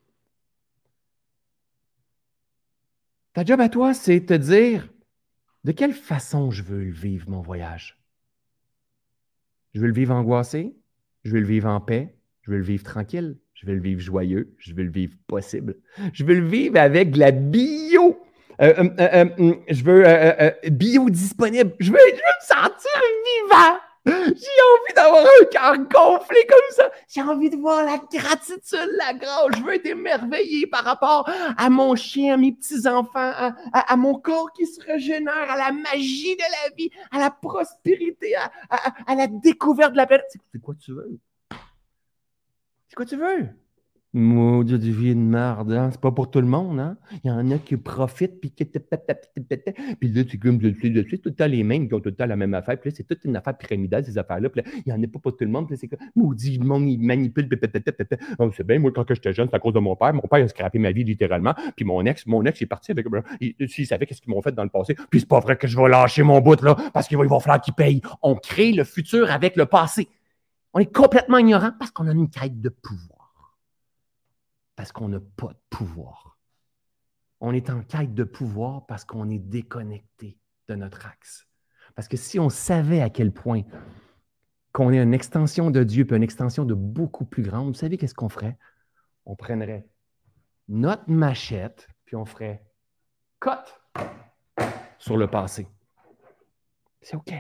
Ta job à toi, c'est te dire de quelle façon je veux le vivre, mon voyage. Je veux le vivre angoissé, je veux le vivre en paix, je veux le vivre tranquille, je veux le vivre joyeux, je veux le vivre possible. Je veux le vivre avec de la bio. Euh, euh, euh, euh, je veux euh, euh, bio disponible. Je veux, je veux me sentir vivant. J'ai envie d'avoir un cœur gonflé comme ça. J'ai envie de voir la gratitude, la grâce. Je veux être émerveillé par rapport à mon chien, à mes petits-enfants, à, à, à mon corps qui se régénère, à la magie de la vie, à la prospérité, à, à, à la découverte de la planète. C'est, c'est quoi tu veux? C'est quoi tu veux? Maudit de vie de merde, hein? C'est pas pour tout le monde, hein? Il y en a qui profitent, puis qui... Puis là, c'est comme, c'est tout le temps les mêmes qui ont tout le temps la même affaire. Puis là, c'est toute une affaire pyramidale, ces affaires-là. Puis là, il y en a pas pour tout le monde. Puis là, c'est comme, maudit, le monde, il manipule. Oh, c'est bien, moi, quand j'étais jeune, c'est à cause de mon père. Mon père a scrappé ma vie, littéralement. Puis mon ex, mon ex, il est parti avec... S'il savait qu'est-ce qu'ils m'ont fait dans le passé. Puis c'est pas vrai que je vais lâcher mon bout, là, parce qu'il va, il va falloir qu'il paye. On crée le futur avec le passé. On est complètement ignorant parce qu'on a une quête de pouvoir. Parce qu'on n'a pas de pouvoir. On est en quête de pouvoir parce qu'on est déconnecté de notre axe. Parce que si on savait à quel point qu'on est une extension de Dieu, puis une extension de beaucoup plus grande, vous savez qu'est-ce qu'on ferait? On prendrait notre machette, puis on ferait cut sur le passé. C'est OK.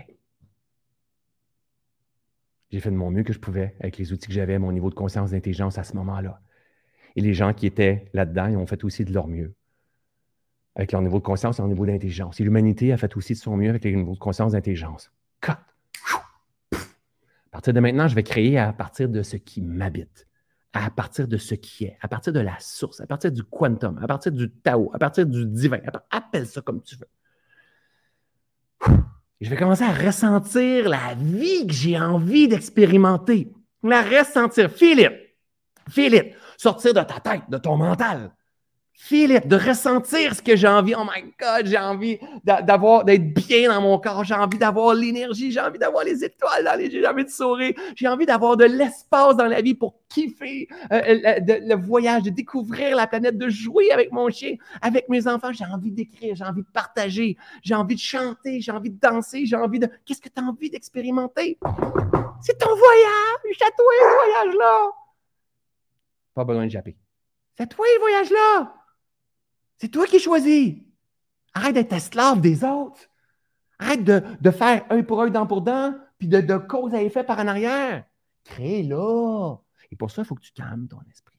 J'ai fait de mon mieux que je pouvais avec les outils que j'avais, mon niveau de conscience, d'intelligence à ce moment-là. Et les gens qui étaient là-dedans, ils ont fait aussi de leur mieux. Avec leur niveau de conscience et leur niveau d'intelligence. Et l'humanité a fait aussi de son mieux avec les niveaux de conscience et d'intelligence. Cut! À partir de maintenant, je vais créer à partir de ce qui m'habite, à partir de ce qui est, à partir de la source, à partir du quantum, à partir du Tao, à partir du divin. Appelle ça comme tu veux. Et je vais commencer à ressentir la vie que j'ai envie d'expérimenter. La ressentir. Philippe, Philippe, sortir de ta tête, de ton mental. Philippe, de ressentir ce que j'ai envie. Oh my God, j'ai envie d'avoir, d'être bien dans mon corps. J'ai envie d'avoir l'énergie. J'ai envie d'avoir les étoiles dans les yeux. J'ai envie de sourire. J'ai envie d'avoir de l'espace dans la vie pour kiffer euh, le, de, le voyage, de découvrir la planète, de jouer avec mon chien, avec mes enfants. J'ai envie d'écrire. J'ai envie de partager. J'ai envie de chanter. J'ai envie de danser. J'ai envie de... Qu'est-ce que tu as envie d'expérimenter? C'est ton voyage. C'est à toi, ce voyage-là. Pas besoin de japper. C'est à toi, le voyage-là. C'est toi qui choisis. Arrête d'être esclave des autres. Arrête de, de faire un pour un, dent pour dent, puis de, de cause à effet par en arrière. Crée-là. Et pour ça, il faut que tu calmes ton esprit.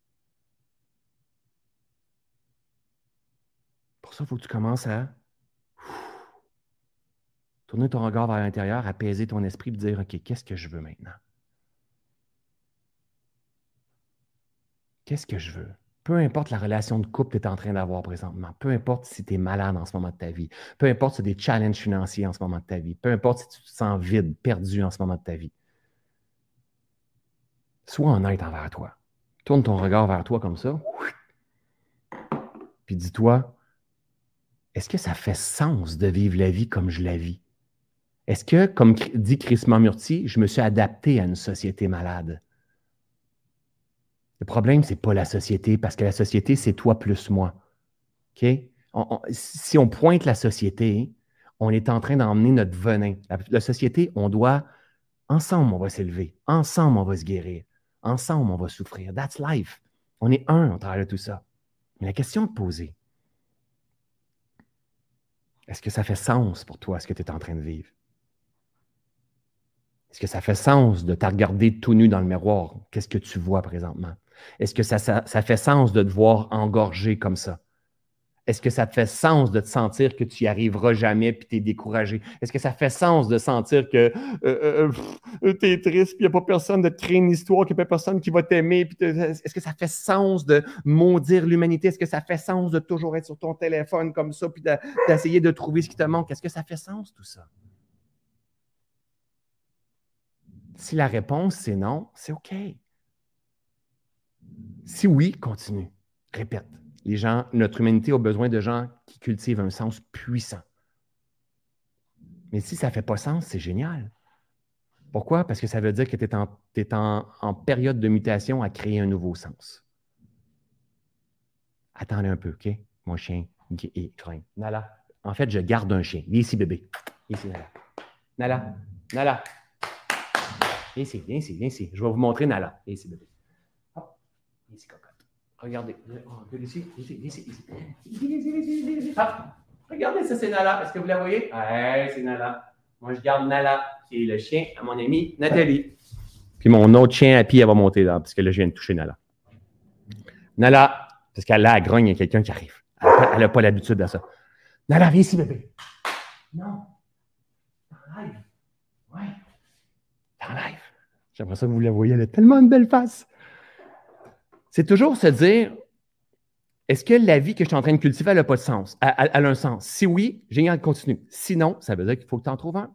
Pour ça, il faut que tu commences à tourner ton regard vers l'intérieur, apaiser ton esprit, et dire, OK, qu'est-ce que je veux maintenant? Qu'est-ce que je veux? Peu importe la relation de couple que tu es en train d'avoir présentement, peu importe si tu es malade en ce moment de ta vie, peu importe si tu as des challenges financiers en ce moment de ta vie, peu importe si tu te sens vide, perdu en ce moment de ta vie, sois honnête envers toi. Tourne ton regard vers toi comme ça, puis dis-toi, est-ce que ça fait sens de vivre la vie comme je la vis? Est-ce que, comme dit Krishnamurti, je me suis adapté à une société malade? Le problème, ce n'est pas la société, parce que la société, c'est toi plus moi. OK? On, on, si on pointe la société, on est en train d'emmener notre venin. La, la société, on doit Ensemble, on va s'élever. Ensemble, on va se guérir. Ensemble, on va souffrir. That's life. On est un au travers de tout ça. Mais la question de poser, est-ce que ça fait sens pour toi, ce que tu es en train de vivre? Est-ce que ça fait sens de te regarder tout nu dans le miroir? Qu'est-ce que tu vois présentement? Est-ce que ça, ça, ça fait sens de te voir engorgé comme ça? Est-ce que ça te fait sens de te sentir que tu n'y arriveras jamais puis tu es découragé? Est-ce que ça fait sens de sentir que euh, euh, tu es triste puis il n'y a pas personne de te créer une histoire, qu'il n'y a pas personne qui va t'aimer? Est-ce que ça fait sens de maudire l'humanité? Est-ce que ça fait sens de toujours être sur ton téléphone comme ça puis d'essayer de trouver ce qui te manque? Est-ce que ça fait sens tout ça? Si la réponse c'est non, c'est OK. Si oui, continue. Répète. Les gens, notre humanité a besoin de gens qui cultivent un sens puissant. Mais si ça ne fait pas sens, c'est génial. Pourquoi? Parce que ça veut dire que tu es, en, t'es en, en période de mutation à créer un nouveau sens. Attendez un peu, OK? Mon chien est craint. Nala, en fait, je garde un chien. Viens ici, bébé. Viens ici, Nala. Nala, Nala. Viens ici, viens ici, viens ici. Je vais vous montrer Nala. Viens ici, bébé. Hop. Viens ici, cocotte. Regardez. Oh, viens ici, viens ici, viens ici. Viens ici, viens ici, viens ici. Hop. Regardez, ça, c'est Nala. Est-ce que vous la voyez? Ouais, c'est Nala. Moi, je garde Nala, qui est le chien à mon amie Nathalie. Puis mon autre chien à pied, elle va monter là, parce que là, je viens de toucher Nala. Nala, parce qu'elle a la grogne, il y a quelqu'un qui arrive. Elle n'a pas l'habitude de ça. Nala, viens ici, bébé. Non. Dans live. Ouais. Dans live. J'aimerais ça que vous la voyez, elle a tellement une belle face. C'est toujours se dire, est-ce que la vie que je suis en train de cultiver, elle n'a pas de sens? Elle, elle, elle a un sens. Si oui, génial, continue. Sinon, ça veut dire qu'il faut que tu en trouves un.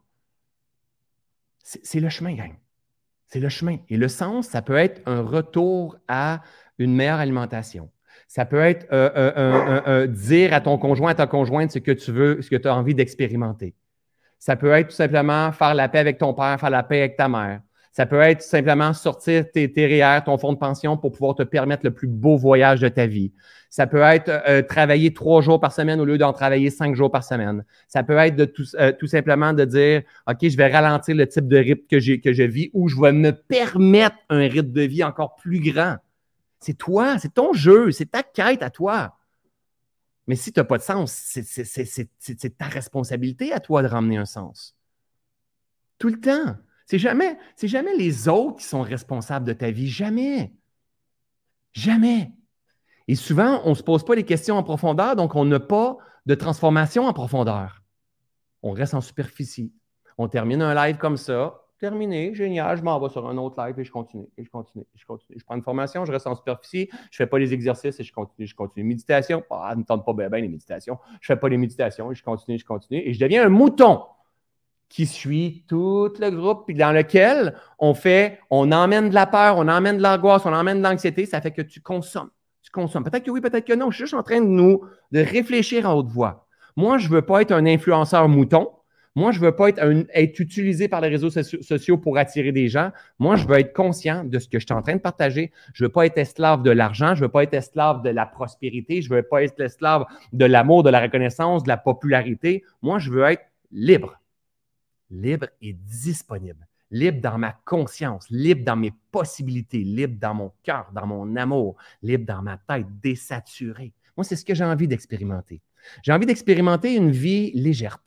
C'est, c'est le chemin, gang. C'est le chemin. Et le sens, ça peut être un retour à une meilleure alimentation. Ça peut être euh, euh, euh, euh, dire à ton conjoint, à ta conjointe ce que tu veux, ce que tu as envie d'expérimenter. Ça peut être tout simplement faire la paix avec ton père, faire la paix avec ta mère. Ça peut être tout simplement sortir tes, tes R E E R, ton fonds de pension pour pouvoir te permettre le plus beau voyage de ta vie. Ça peut être euh, travailler trois jours par semaine au lieu d'en travailler cinq jours par semaine. Ça peut être de tout, euh, tout simplement de dire, OK, je vais ralentir le type de rythme que, j'ai, que je vis ou je vais me permettre un rythme de vie encore plus grand. C'est toi, c'est ton jeu, c'est ta quête à toi. Mais si tu n'as pas de sens, c'est, c'est, c'est, c'est, c'est ta responsabilité à toi de ramener un sens. Tout le temps. C'est jamais, c'est jamais les autres qui sont responsables de ta vie. Jamais. Jamais. Et souvent, on ne se pose pas les questions en profondeur, donc on n'a pas de transformation en profondeur. On reste en superficie. On termine un live comme ça. Terminé, génial, je m'en vais sur un autre live et je continue, et je continue, et je continue. Je prends une formation, je reste en superficie, je ne fais pas les exercices et je continue, je continue. Méditation, ah, ne me tente pas bien, bien les méditations. Je ne fais pas les méditations et je continue, je continue. Et je deviens un mouton qui suit tout le groupe, puis dans lequel on fait, on emmène de la peur, on emmène de l'angoisse, on emmène de l'anxiété, ça fait que tu consommes. Tu consommes. Peut-être que oui, peut-être que non. Je suis juste en train de nous, de réfléchir en haute voix. Moi, je ne veux pas être un influenceur mouton. Moi, je ne veux pas être, un, être utilisé par les réseaux sociaux pour attirer des gens. Moi, je veux être conscient de ce que je suis en train de partager. Je ne veux pas être esclave de l'argent. Je ne veux pas être esclave de la prospérité. Je ne veux pas être esclave de l'amour, de la reconnaissance, de la popularité. Moi, je veux être libre. Libre et disponible. Libre dans ma conscience, libre dans mes possibilités, libre dans mon cœur, dans mon amour, libre dans ma tête, désaturé. Moi, c'est ce que j'ai envie d'expérimenter. J'ai envie d'expérimenter une vie légère,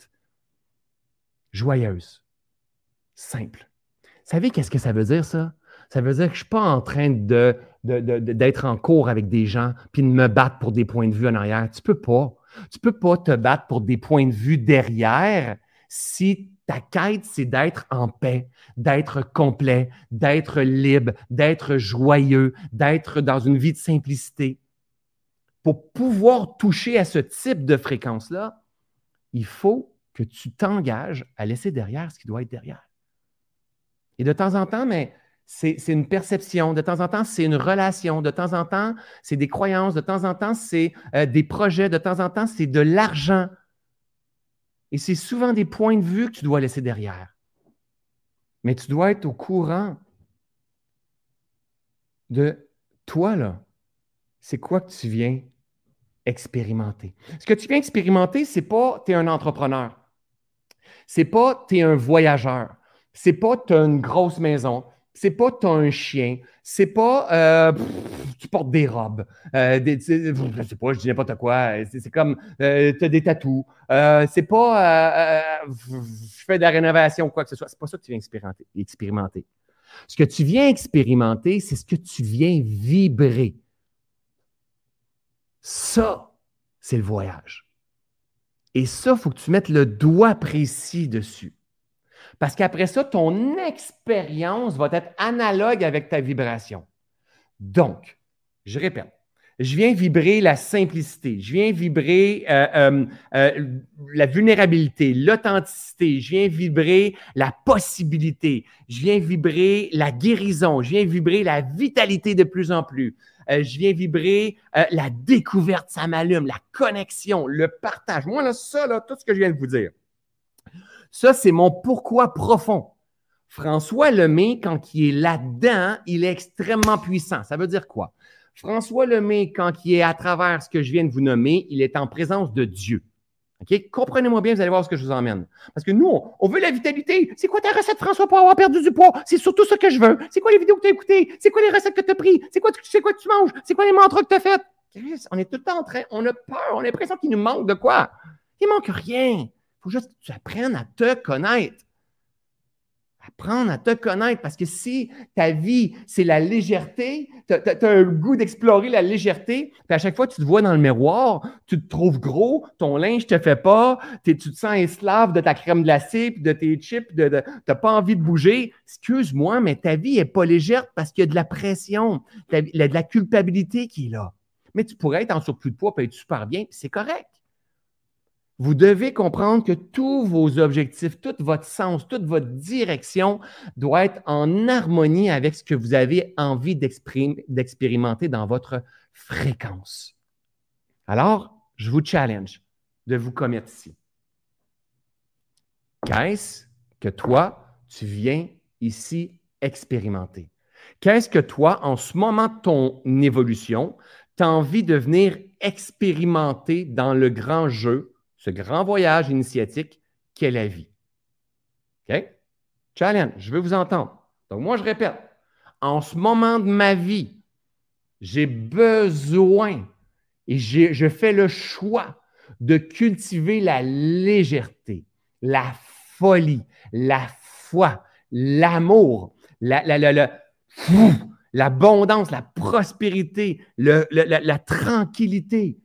joyeuse, simple. Vous savez qu'est-ce que ça veut dire, ça? Ça veut dire que je ne suis pas en train de, de, de, de, d'être en cours avec des gens puis de me battre pour des points de vue en arrière. Tu ne peux pas. Tu ne peux pas te battre pour des points de vue derrière si ta quête, c'est d'être en paix, d'être complet, d'être libre, d'être joyeux, d'être dans une vie de simplicité. Pour pouvoir toucher à ce type de fréquence-là, il faut que tu t'engages à laisser derrière ce qui doit être derrière. Et de temps en temps, mais c'est, c'est une perception, de temps en temps, c'est une relation, de temps en temps, c'est des croyances, de temps en temps, c'est euh, des projets, de temps en temps, c'est de l'argent. Et c'est souvent des points de vue que tu dois laisser derrière. Mais tu dois être au courant de toi, là. C'est quoi que tu viens expérimenter? Ce que tu viens expérimenter, c'est pas tu es un entrepreneur. C'est pas tu es un voyageur. C'est pas tu as une grosse maison. C'est pas tu as un chien. C'est pas euh, pff, tu portes des robes. Euh, des, je sais pas, je dis n'importe quoi. C'est, c'est comme euh, tu as des tatous. Euh, c'est pas euh, euh, je fais de la rénovation ou quoi que ce soit. C'est pas ça que tu viens expérimenter. expérimenter. Ce que tu viens expérimenter, c'est ce que tu viens vibrer. Ça, c'est le voyage. Et ça, il faut que tu mettes le doigt précis dessus. Parce qu'après ça, ton expérience va être analogue avec ta vibration. Donc, je répète, je viens vibrer la simplicité, je viens vibrer euh, euh, euh, la vulnérabilité, l'authenticité, je viens vibrer la possibilité, je viens vibrer la guérison, je viens vibrer la vitalité de plus en plus, euh, je viens vibrer euh, la découverte, ça m'allume, la connexion, le partage. Moi, là, ça, là, tout ce que je viens de vous dire, ça, c'est mon pourquoi profond. François Lemay, quand il est là-dedans, il est extrêmement puissant. Ça veut dire quoi? François Lemay, quand il est à travers ce que je viens de vous nommer, il est en présence de Dieu. OK? Comprenez-moi bien, vous allez voir ce que je vous emmène. Parce que nous, on, on veut la vitalité. C'est quoi ta recette, François, pour avoir perdu du poids? C'est surtout ça que je veux. C'est quoi les vidéos que tu as écoutées? C'est quoi les recettes que tu as prises? C'est quoi, c'est quoi que tu manges? C'est quoi les mantras que tu as faites? Chris, on est tout le temps en train, on a peur, on a l'impression qu'il nous manque de quoi? Il ne manque rien. Il faut juste que tu apprennes à te connaître. Apprendre à te connaître, parce que si ta vie, c'est la légèreté, tu as un goût d'explorer la légèreté, puis à chaque fois que tu te vois dans le miroir, tu te trouves gros, ton linge ne te fait pas, tu te sens esclave de ta crème glacée, puis de tes chips, de, de, tu n'as pas envie de bouger. Excuse-moi, mais ta vie n'est pas légère parce qu'il y a de la pression, il y a de la culpabilité qui est là. Mais tu pourrais être en surplus de poids et être super bien, puis c'est correct. Vous devez comprendre que tous vos objectifs, tout votre sens, toute votre direction doit être en harmonie avec ce que vous avez envie d'expérimenter dans votre fréquence. Alors, je vous challenge de vous commettre ici. Qu'est-ce que toi, tu viens ici expérimenter? Qu'est-ce que toi, en ce moment de ton évolution, tu as envie de venir expérimenter dans le grand jeu, ce grand voyage initiatique qu'est la vie? OK? Challenge, je veux vous entendre. Donc, moi, je répète, en ce moment de ma vie, j'ai besoin et je fais le choix de cultiver la légèreté, la folie, la foi, l'amour, la, la, la, la, l'abondance, la prospérité, le, le, la, la tranquillité.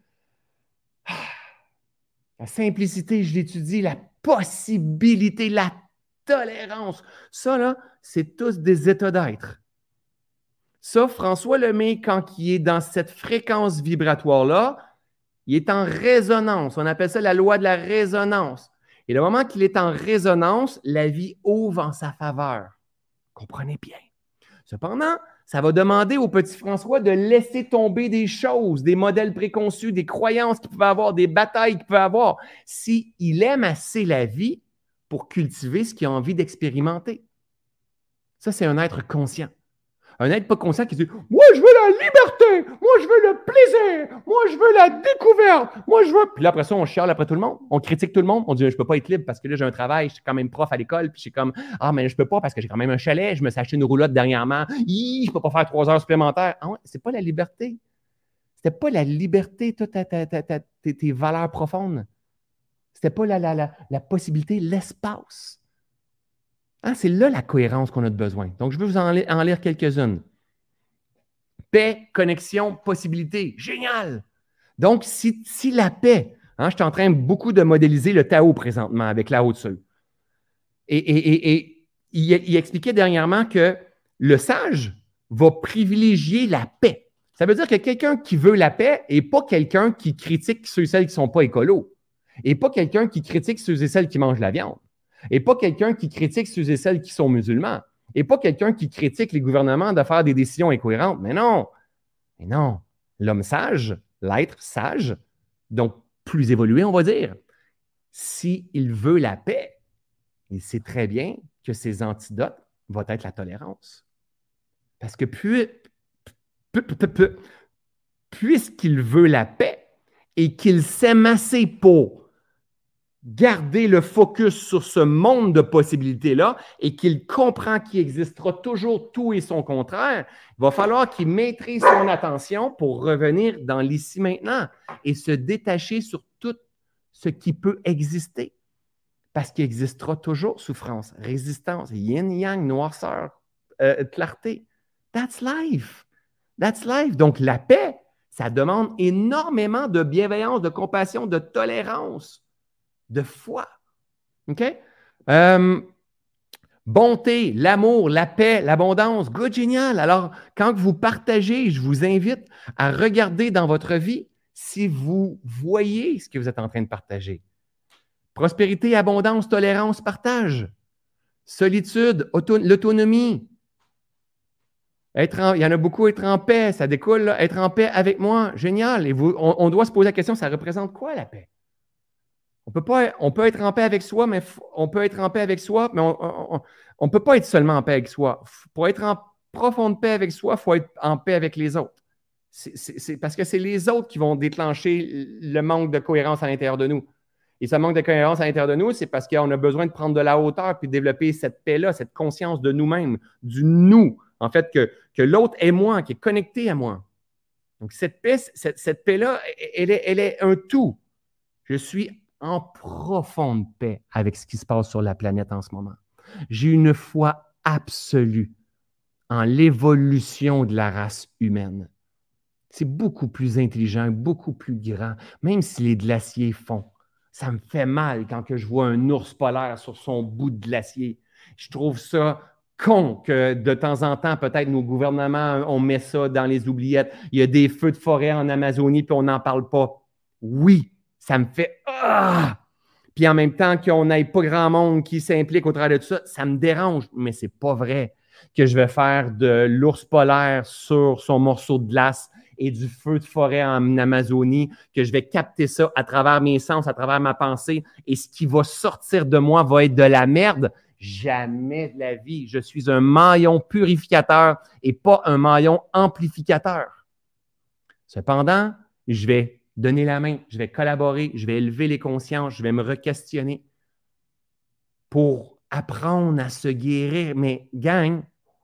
La simplicité, je l'étudie, la possibilité, la tolérance. Ça, là, c'est tous des états d'être. Ça, François Lemay, quand il est dans cette fréquence vibratoire-là, il est en résonance. On appelle ça la loi de la résonance. Et le moment qu'il est en résonance, la vie ouvre en sa faveur. Comprenez bien. Cependant, ça va demander au petit François de laisser tomber des choses, des modèles préconçus, des croyances qu'il pouvait avoir, des batailles qu'il peut avoir, s'il aime assez la vie pour cultiver ce qu'il a envie d'expérimenter. Ça, c'est un être conscient. Un être pas conscient qui dit « Moi, je veux la liberté! Moi, je veux le plaisir! Moi, je veux la découverte! Moi, je veux... » Puis là, après ça, on chiale après tout le monde. On critique tout le monde. On dit « Je peux pas être libre parce que là, j'ai un travail. Je suis quand même prof à l'école. Puis je suis comme « Ah, mais je peux pas parce que j'ai quand même un chalet. Je me suis acheté une roulotte dernièrement. Hi, je peux pas faire trois heures supplémentaires. » Ah ouais, c'est pas la liberté. C'était pas la liberté, toi, ta, ta, ta, ta, tes, tes valeurs profondes. C'était pas la, la, la, la possibilité, l'espace. Hein, c'est là la cohérence qu'on a de besoin. Donc, je vais vous en, li- en lire quelques-unes. Paix, connexion, possibilité. Génial! Donc, si, si la paix, hein, je suis en train beaucoup de modéliser le Tao présentement avec la Lao-Tzu. Et, et, et, et il, il expliquait dernièrement que le sage va privilégier la paix. Ça veut dire que quelqu'un qui veut la paix n'est pas quelqu'un qui critique ceux et celles qui ne sont pas écolos, et pas quelqu'un qui critique ceux et celles qui mangent la viande, et pas quelqu'un qui critique ceux et celles qui sont musulmans, et pas quelqu'un qui critique les gouvernements de faire des décisions incohérentes. Mais non, mais non. L'homme sage, l'être sage, donc plus évolué, on va dire, s'il veut la paix, il sait très bien que ses antidotes vont être la tolérance. Parce que puis, puisqu'il veut la paix et qu'il s'aime assez pour garder le focus sur ce monde de possibilités-là et qu'il comprend qu'il existera toujours tout et son contraire, il va falloir qu'il maîtrise son attention pour revenir dans l'ici maintenant et se détacher sur tout ce qui peut exister. Parce qu'il existera toujours souffrance, résistance, yin-yang, noirceur, euh, clarté. That's life. That's life. Donc, la paix, ça demande énormément de bienveillance, de compassion, de tolérance, de foi. OK? Euh, bonté, l'amour, la paix, l'abondance. Good, génial. Alors, quand vous partagez, je vous invite à regarder dans votre vie si vous voyez ce que vous êtes en train de partager. Prospérité, abondance, tolérance, partage. Solitude, auto- l'autonomie. Être en, il y en a beaucoup, être en paix, ça découle, là, être en paix avec moi, génial. Et vous, on, on doit se poser la question, ça représente quoi la paix? On peut pas, on peut être en paix avec soi, mais f- on peut être en paix avec soi, mais on ne peut pas être seulement en paix avec soi. Pour être en profonde paix avec soi, il faut être en paix avec les autres. C'est, c'est, c'est parce que c'est les autres qui vont déclencher le manque de cohérence à l'intérieur de nous. Et ce manque de cohérence à l'intérieur de nous, c'est parce qu'on a besoin de prendre de la hauteur puis de développer cette paix-là, cette conscience de nous-mêmes, du nous. En fait, que, que l'autre est moi, qui est connecté à moi. Donc, cette paix, cette, cette paix-là, elle est, elle est un tout. Je suis en profonde paix avec ce qui se passe sur la planète en ce moment. J'ai une foi absolue en l'évolution de la race humaine. C'est beaucoup plus intelligent, beaucoup plus grand, même si les glaciers fondent. Ça me fait mal quand que je vois un ours polaire sur son bout de glacier. Je trouve ça con que de temps en temps, peut-être nos gouvernements, on met ça dans les oubliettes. Il y a des feux de forêt en Amazonie puis on n'en parle pas. Oui, ça me fait ah! Puis en même temps qu'on n'ait pas grand monde qui s'implique au travers de tout ça, ça me dérange, mais c'est pas vrai que je vais faire de l'ours polaire sur son morceau de glace et du feu de forêt en Amazonie, que je vais capter ça à travers mes sens, à travers ma pensée, et ce qui va sortir de moi va être de la merde. Jamais de la vie. Je suis un maillon purificateur et pas un maillon amplificateur. Cependant, je vais donner la main, je vais collaborer, je vais élever les consciences, je vais me re-questionner pour apprendre à se guérir. Mais gang,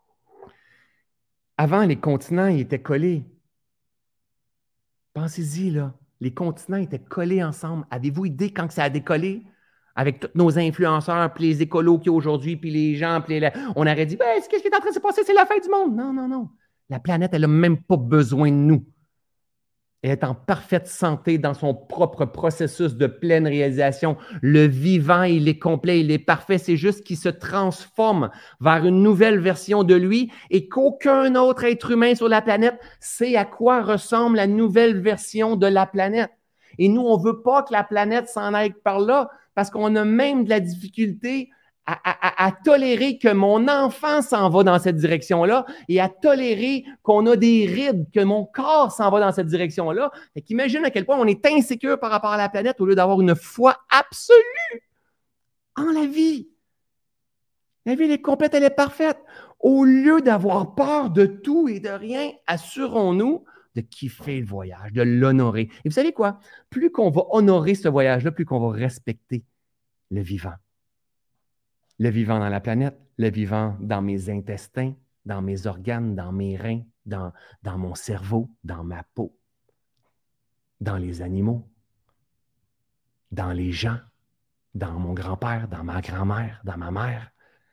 avant, les continents ils étaient collés. Pensez-y, là. Les continents étaient collés ensemble. Avez-vous idée quand ça a décollé? Avec tous nos influenceurs, puis les écolos qu'il y a aujourd'hui, puis les gens, puis les... on aurait dit, ben, qu'est-ce qui est en train de se passer? C'est la fin du monde. Non, non, non. La planète, elle n'a même pas besoin de nous. Elle est en parfaite santé dans son propre processus de pleine réalisation. Le vivant, il est complet, il est parfait. C'est juste qu'il se transforme vers une nouvelle version de lui et qu'aucun autre être humain sur la planète sait à quoi ressemble la nouvelle version de la planète. Et nous, on ne veut pas que la planète s'en aille par là parce qu'on a même de la difficulté À, à, à tolérer que mon enfant s'en va dans cette direction-là et à tolérer qu'on a des rides, que mon corps s'en va dans cette direction-là. Fait qu'imagine à quel point on est insécure par rapport à la planète au lieu d'avoir une foi absolue en la vie. La vie, elle est complète, elle est parfaite. Au lieu d'avoir peur de tout et de rien, assurons-nous de kiffer le voyage, de l'honorer. Et vous savez quoi? Plus qu'on va honorer ce voyage-là, plus qu'on va respecter le vivant. Le vivant dans la planète, le vivant dans mes intestins, dans mes organes, dans mes reins, dans, dans mon cerveau, dans ma peau, dans les animaux, dans les gens, dans mon grand-père, dans ma grand-mère, dans ma mère,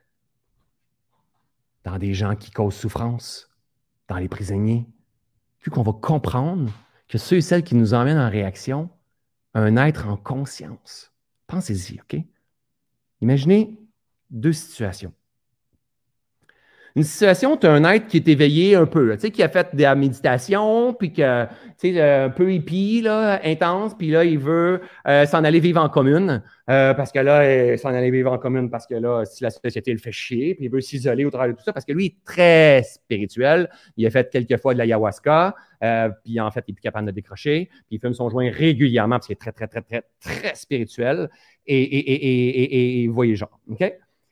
dans des gens qui causent souffrance, dans les prisonniers. Plus qu'on va comprendre que ceux et celles qui nous emmènent en réaction, un être en conscience. Pensez-y, OK? Imaginez deux situations. Une situation, tu as un être qui est éveillé un peu, là, tu sais, qui a fait de la méditation, puis que, tu sais, un peu hippie, là, intense, puis là, il veut euh, s'en aller vivre en commune, euh, parce que là, euh, s'en aller vivre en commune, parce que là, si la société le fait chier, puis il veut s'isoler au travers de tout ça, parce que lui, il est très spirituel, il a fait quelques fois de l'ayahuasca, euh, puis en fait, il est plus capable de décrocher, puis il fume son joint régulièrement, parce qu'il est très, très, très, très, très spirituel, et, et, et, et, et, et voyez genre, OK?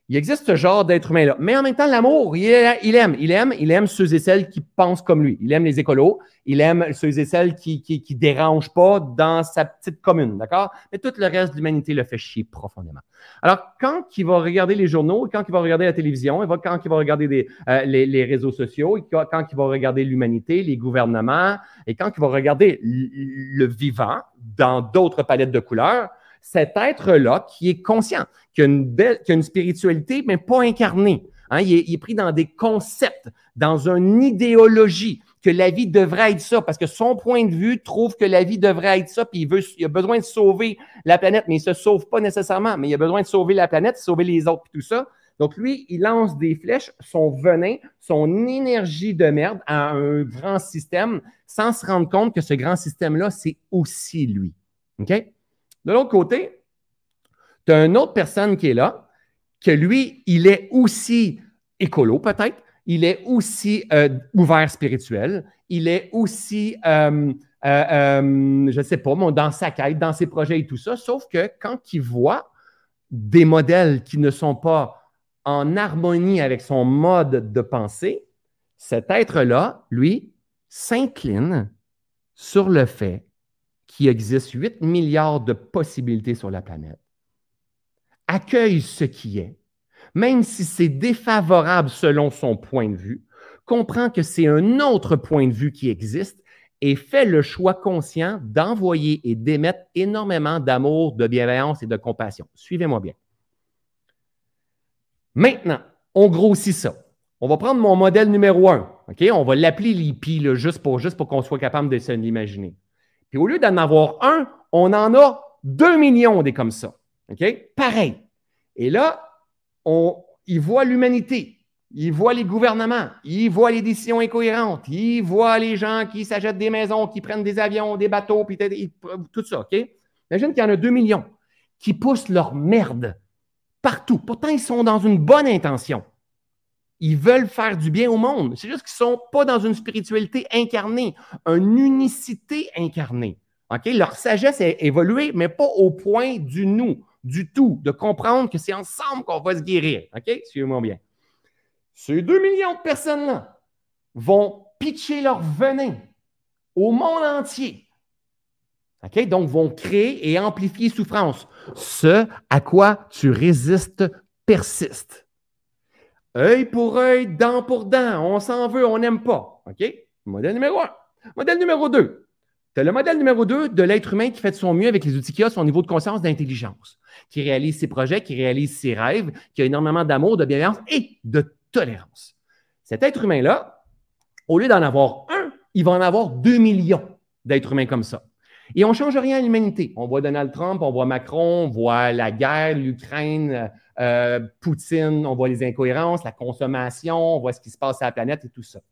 Il existe ce genre d'être humain-là. Mais en même temps, l'amour, il, il aime. Il aime. Il aime ceux et celles qui pensent comme lui. Il aime les écolos. Il aime ceux et celles qui ne qui, qui dérangent pas dans sa petite commune. D'accord? Mais tout le reste de l'humanité le fait chier profondément. Alors, quand il va regarder les journaux, quand il va regarder la télévision, il va, quand il va regarder des, euh, les, les réseaux sociaux, quand il va regarder l'humanité, les gouvernements, et quand il va regarder le vivant dans d'autres palettes de couleurs, cet être-là qui est conscient, qui a une, belle, qui a une spiritualité, mais pas incarnée. Hein, il, est, il est pris dans des concepts, dans une idéologie, que la vie devrait être ça, parce que son point de vue trouve que la vie devrait être ça, puis il, veut, il a besoin de sauver la planète, mais il ne se sauve pas nécessairement, mais il a besoin de sauver la planète, sauver les autres, puis tout ça. Donc, lui, il lance des flèches, son venin, son énergie de merde à un grand système, sans se rendre compte que ce grand système-là, c'est aussi lui. OK? De l'autre côté, tu as une autre personne qui est là, que lui, il est aussi écolo peut-être, il est aussi euh, ouvert spirituel, il est aussi, euh, euh, euh, je ne sais pas, dans sa quête, dans ses projets et tout ça, sauf que quand il voit des modèles qui ne sont pas en harmonie avec son mode de pensée, cet être-là, lui, s'incline sur le fait qu'il existe huit milliards de possibilités sur la planète, accueille ce qui est, même si c'est défavorable selon son point de vue, comprend que c'est un autre point de vue qui existe et fait le choix conscient d'envoyer et d'émettre énormément d'amour, de bienveillance et de compassion. Suivez-moi bien. Maintenant, on grossit ça. On va prendre mon modèle numéro un. Okay? On va l'appeler l'I P I, juste pour, juste pour qu'on soit capable de se l'imaginer. Puis au lieu d'en avoir un, on en a deux millions des comme ça. Okay? Pareil. Et là, on, il voit l'humanité, il voit les gouvernements, il voit les décisions incohérentes, il voit les gens qui s'achètent des maisons, qui prennent des avions, des bateaux, puis tout ça. OK? Imagine qu'il y en a deux millions qui poussent leur merde partout. Pourtant, ils sont dans une bonne intention. Ils veulent faire du bien au monde. C'est juste qu'ils ne sont pas dans une spiritualité incarnée, une unicité incarnée. Okay? Leur sagesse est évoluée, mais pas au point du nous, du tout, de comprendre que c'est ensemble qu'on va se guérir. OK? Suivez-moi bien. Ces deux millions de personnes-là vont pitcher leur venin au monde entier. OK? Donc, vont créer et amplifier souffrance. Ce à quoi tu résistes persiste. Œil pour œil, dent pour dent, on s'en veut, on n'aime pas. OK? Modèle numéro un. Modèle numéro deux. Tu as le modèle numéro deux de l'être humain qui fait de son mieux avec les outils qu'il a, son niveau de conscience, d'intelligence, qui réalise ses projets, qui réalise ses rêves, qui a énormément d'amour, de bienveillance et de tolérance. Cet être humain-là, au lieu d'en avoir un, il va en avoir deux millions d'êtres humains comme ça. Et on ne change rien à l'humanité. On voit Donald Trump, on voit Macron, on voit la guerre, l'Ukraine, euh, Poutine, on voit les incohérences, la consommation, on voit ce qui se passe sur la planète et tout ça.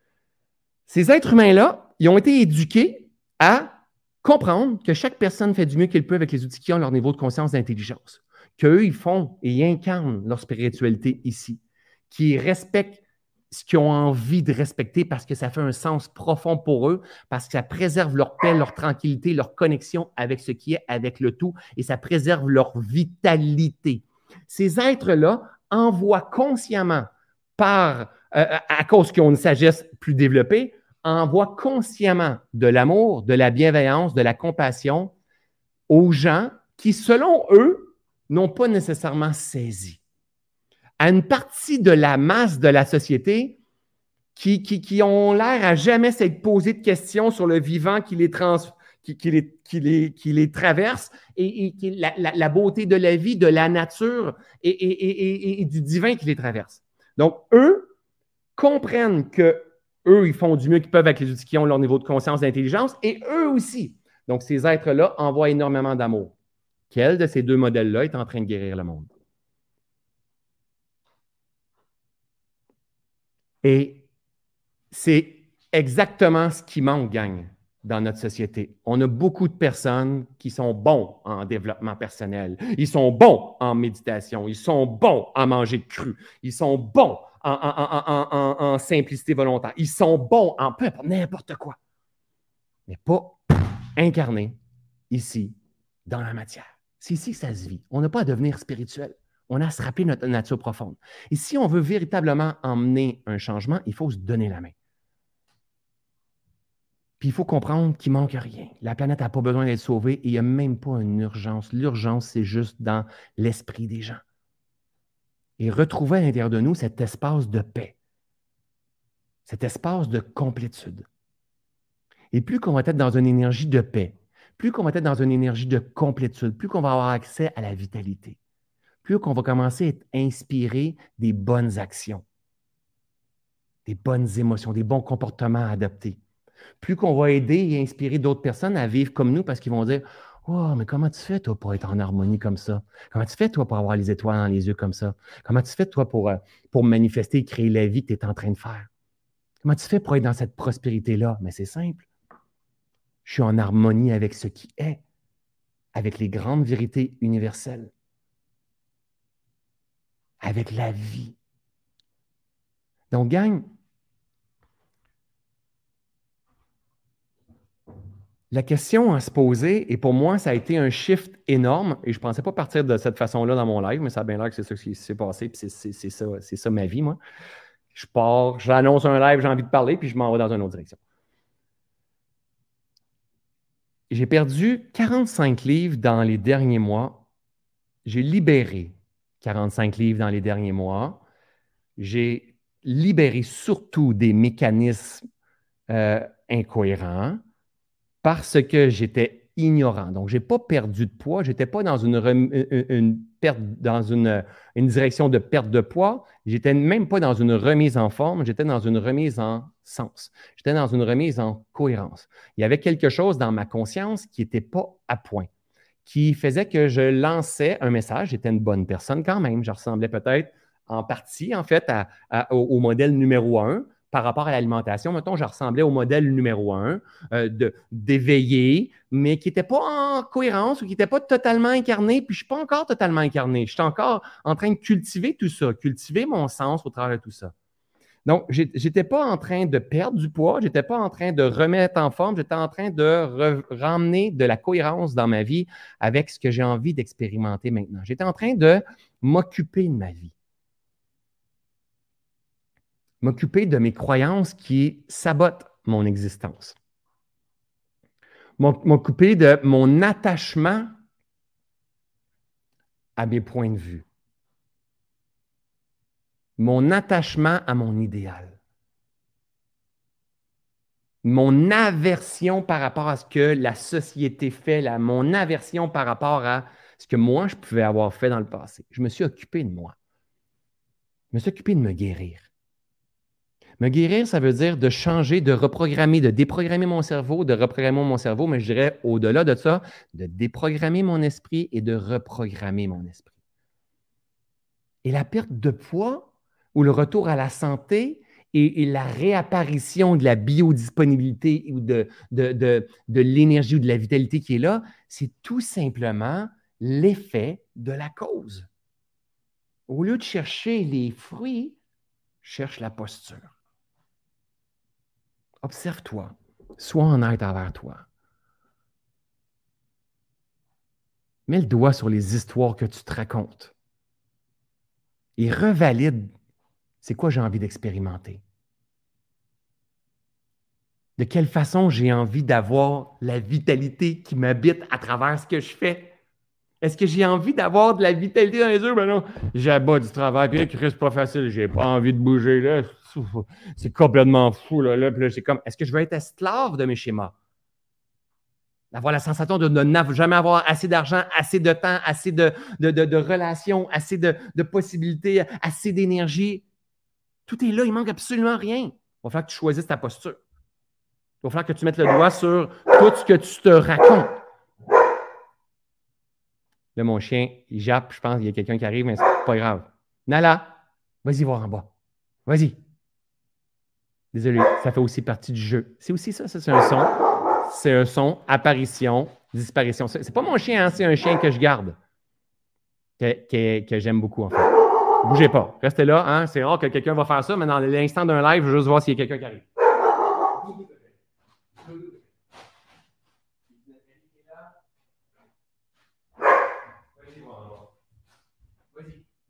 Ces êtres humains-là, ils ont été éduqués à comprendre que chaque personne fait du mieux qu'elle peut avec les outils qui ont leur niveau de conscience d'intelligence, qu'eux, ils font et ils incarnent leur spiritualité ici, qu'ils respectent ce qu'ils ont envie de respecter parce que ça fait un sens profond pour eux, parce que ça préserve leur paix, leur tranquillité, leur connexion avec ce qui est, avec le tout, et ça préserve leur vitalité. Ces êtres-là envoient consciemment, par, euh, à cause qu'ils ont une sagesse plus développée, envoient consciemment de l'amour, de la bienveillance, de la compassion aux gens qui, selon eux, n'ont pas nécessairement saisi. À une partie de la masse de la société qui, qui, qui ont l'air à jamais s'être posé de questions sur le vivant qui les, trans, qui, qui les, qui les, qui les traverse et, et qui, la, la, la beauté de la vie, de la nature et, et, et, et, et du divin qui les traverse. Donc, eux comprennent que eux, ils font du mieux qu'ils peuvent avec les outils qui ont leur niveau de conscience, d'intelligence, et eux aussi. Donc, ces êtres-là envoient énormément d'amour. Quel de ces deux modèles-là est en train de guérir le monde? Et c'est exactement ce qui manque, gang, dans notre société. On a beaucoup de personnes qui sont bons en développement personnel. Ils sont bons en méditation. Ils sont bons à manger cru. Ils sont bons en, en, en, en, en, en simplicité volontaire. Ils sont bons en peu importe, n'importe quoi. Mais pas incarnés ici, dans la matière. C'est ici que ça se vit. On n'a pas à devenir spirituel. On a à se rappeler notre nature profonde. Et si on veut véritablement emmener un changement, il faut se donner la main. Puis il faut comprendre qu'il ne manque rien. La planète n'a pas besoin d'être sauvée et il n'y a même pas une urgence. L'urgence, c'est juste dans l'esprit des gens. Et retrouver à l'intérieur de nous cet espace de paix, cet espace de complétude. Et plus qu'on va être dans une énergie de paix, plus qu'on va être dans une énergie de complétude, plus qu'on va avoir accès à la vitalité, plus qu'on va commencer à être inspiré des bonnes actions, des bonnes émotions, des bons comportements à adopter. Plus qu'on va aider et inspirer d'autres personnes à vivre comme nous parce qu'ils vont dire « Oh, mais comment tu fais, toi, pour être en harmonie comme ça? Comment tu fais, toi, pour avoir les étoiles dans les yeux comme ça? Comment tu fais, toi, pour, euh, pour manifester et créer la vie que tu es en train de faire? Comment tu fais pour être dans cette prospérité-là? » Mais c'est simple. Je suis en harmonie avec ce qui est, avec les grandes vérités universelles, avec la vie. Donc, gang, la question à se poser, et pour moi, ça a été un shift énorme, et je ne pensais pas partir de cette façon-là dans mon live, mais ça a bien l'air que c'est ça qui s'est passé, puis c'est, c'est, c'est, ça, c'est ça ma vie, moi. Je pars, j'annonce un live, j'ai envie de parler, puis je m'en vais dans une autre direction. J'ai perdu quarante-cinq livres dans les derniers mois. J'ai libéré quarante-cinq livres dans les derniers mois. J'ai libéré surtout des mécanismes euh, incohérents parce que j'étais ignorant. Donc, je n'ai pas perdu de poids, je n'étais pas dans une, une, une perte, dans une, une direction de perte de poids, j'étais même pas dans une remise en forme, j'étais dans une remise en sens. J'étais dans une remise en cohérence. Il y avait quelque chose dans ma conscience qui n'était pas à point, qui faisait que je lançais un message. J'étais une bonne personne quand même. Je ressemblais peut-être en partie, en fait, à, à, au, au modèle numéro un. Par rapport à l'alimentation, mettons, je ressemblais au modèle numéro un, euh, de, d'éveillé, mais qui n'était pas en cohérence ou qui n'était pas totalement incarné. Puis je ne suis pas encore totalement incarné. Je suis encore en train de cultiver tout ça, cultiver mon sens au travers de tout ça. Donc, je n'étais pas en train de perdre du poids, je n'étais pas en train de remettre en forme, j'étais en train de re- ramener de la cohérence dans ma vie avec ce que j'ai envie d'expérimenter maintenant. J'étais en train de m'occuper de ma vie. M'occuper de mes croyances qui sabotent mon existence. M'occuper de mon attachement à mes points de vue. Mon attachement à mon idéal. Mon aversion par rapport à ce que la société fait, là, mon aversion par rapport à ce que moi, je pouvais avoir fait dans le passé. Je me suis occupé de moi. Je me suis occupé de me guérir. Me guérir, ça veut dire de changer, de reprogrammer, de déprogrammer mon cerveau, de reprogrammer mon cerveau, mais je dirais au-delà de ça, de déprogrammer mon esprit et de reprogrammer mon esprit. Et la perte de poids ou le retour à la santé et, et la réapparition de la biodisponibilité ou de, de, de, de l'énergie ou de la vitalité qui est là, c'est tout simplement l'effet de la cause. Au lieu de chercher les fruits, cherche la posture. Observe-toi. Sois honnête envers toi. Mets le doigt sur les histoires que tu te racontes et revalide c'est quoi j'ai envie d'expérimenter. De quelle façon j'ai envie d'avoir la vitalité qui m'habite à travers ce que je fais. Est-ce que j'ai envie d'avoir de la vitalité dans les yeux? Ben non, j'abats du travail, puis là, c'est pas facile, j'ai pas envie de bouger, là. C'est complètement fou, là. là. Puis là, c'est comme, est-ce que je veux être esclave de mes schémas? D'avoir la sensation de ne jamais avoir assez d'argent, assez de temps, assez de, de, de, de relations, assez de, de possibilités, assez d'énergie. Tout est là, il manque absolument rien. Il va falloir que tu choisisses ta posture. Il va falloir que tu mettes le doigt sur tout ce que tu te racontes. Là, mon chien, il jappe, je pense qu'il y a quelqu'un qui arrive, mais c'est pas grave. Nala, vas-y voir en bas. Vas-y. Désolé, ça fait aussi partie du jeu. C'est aussi ça, ça c'est un son. C'est un son, apparition, disparition. C'est pas mon chien, hein, c'est un chien que je garde, que, que, que j'aime beaucoup, en fait. Bougez pas. Restez là, hein. C'est rare que quelqu'un va faire ça, mais dans l'instant d'un live, je veux juste voir s'il y a quelqu'un qui arrive. Vas-y.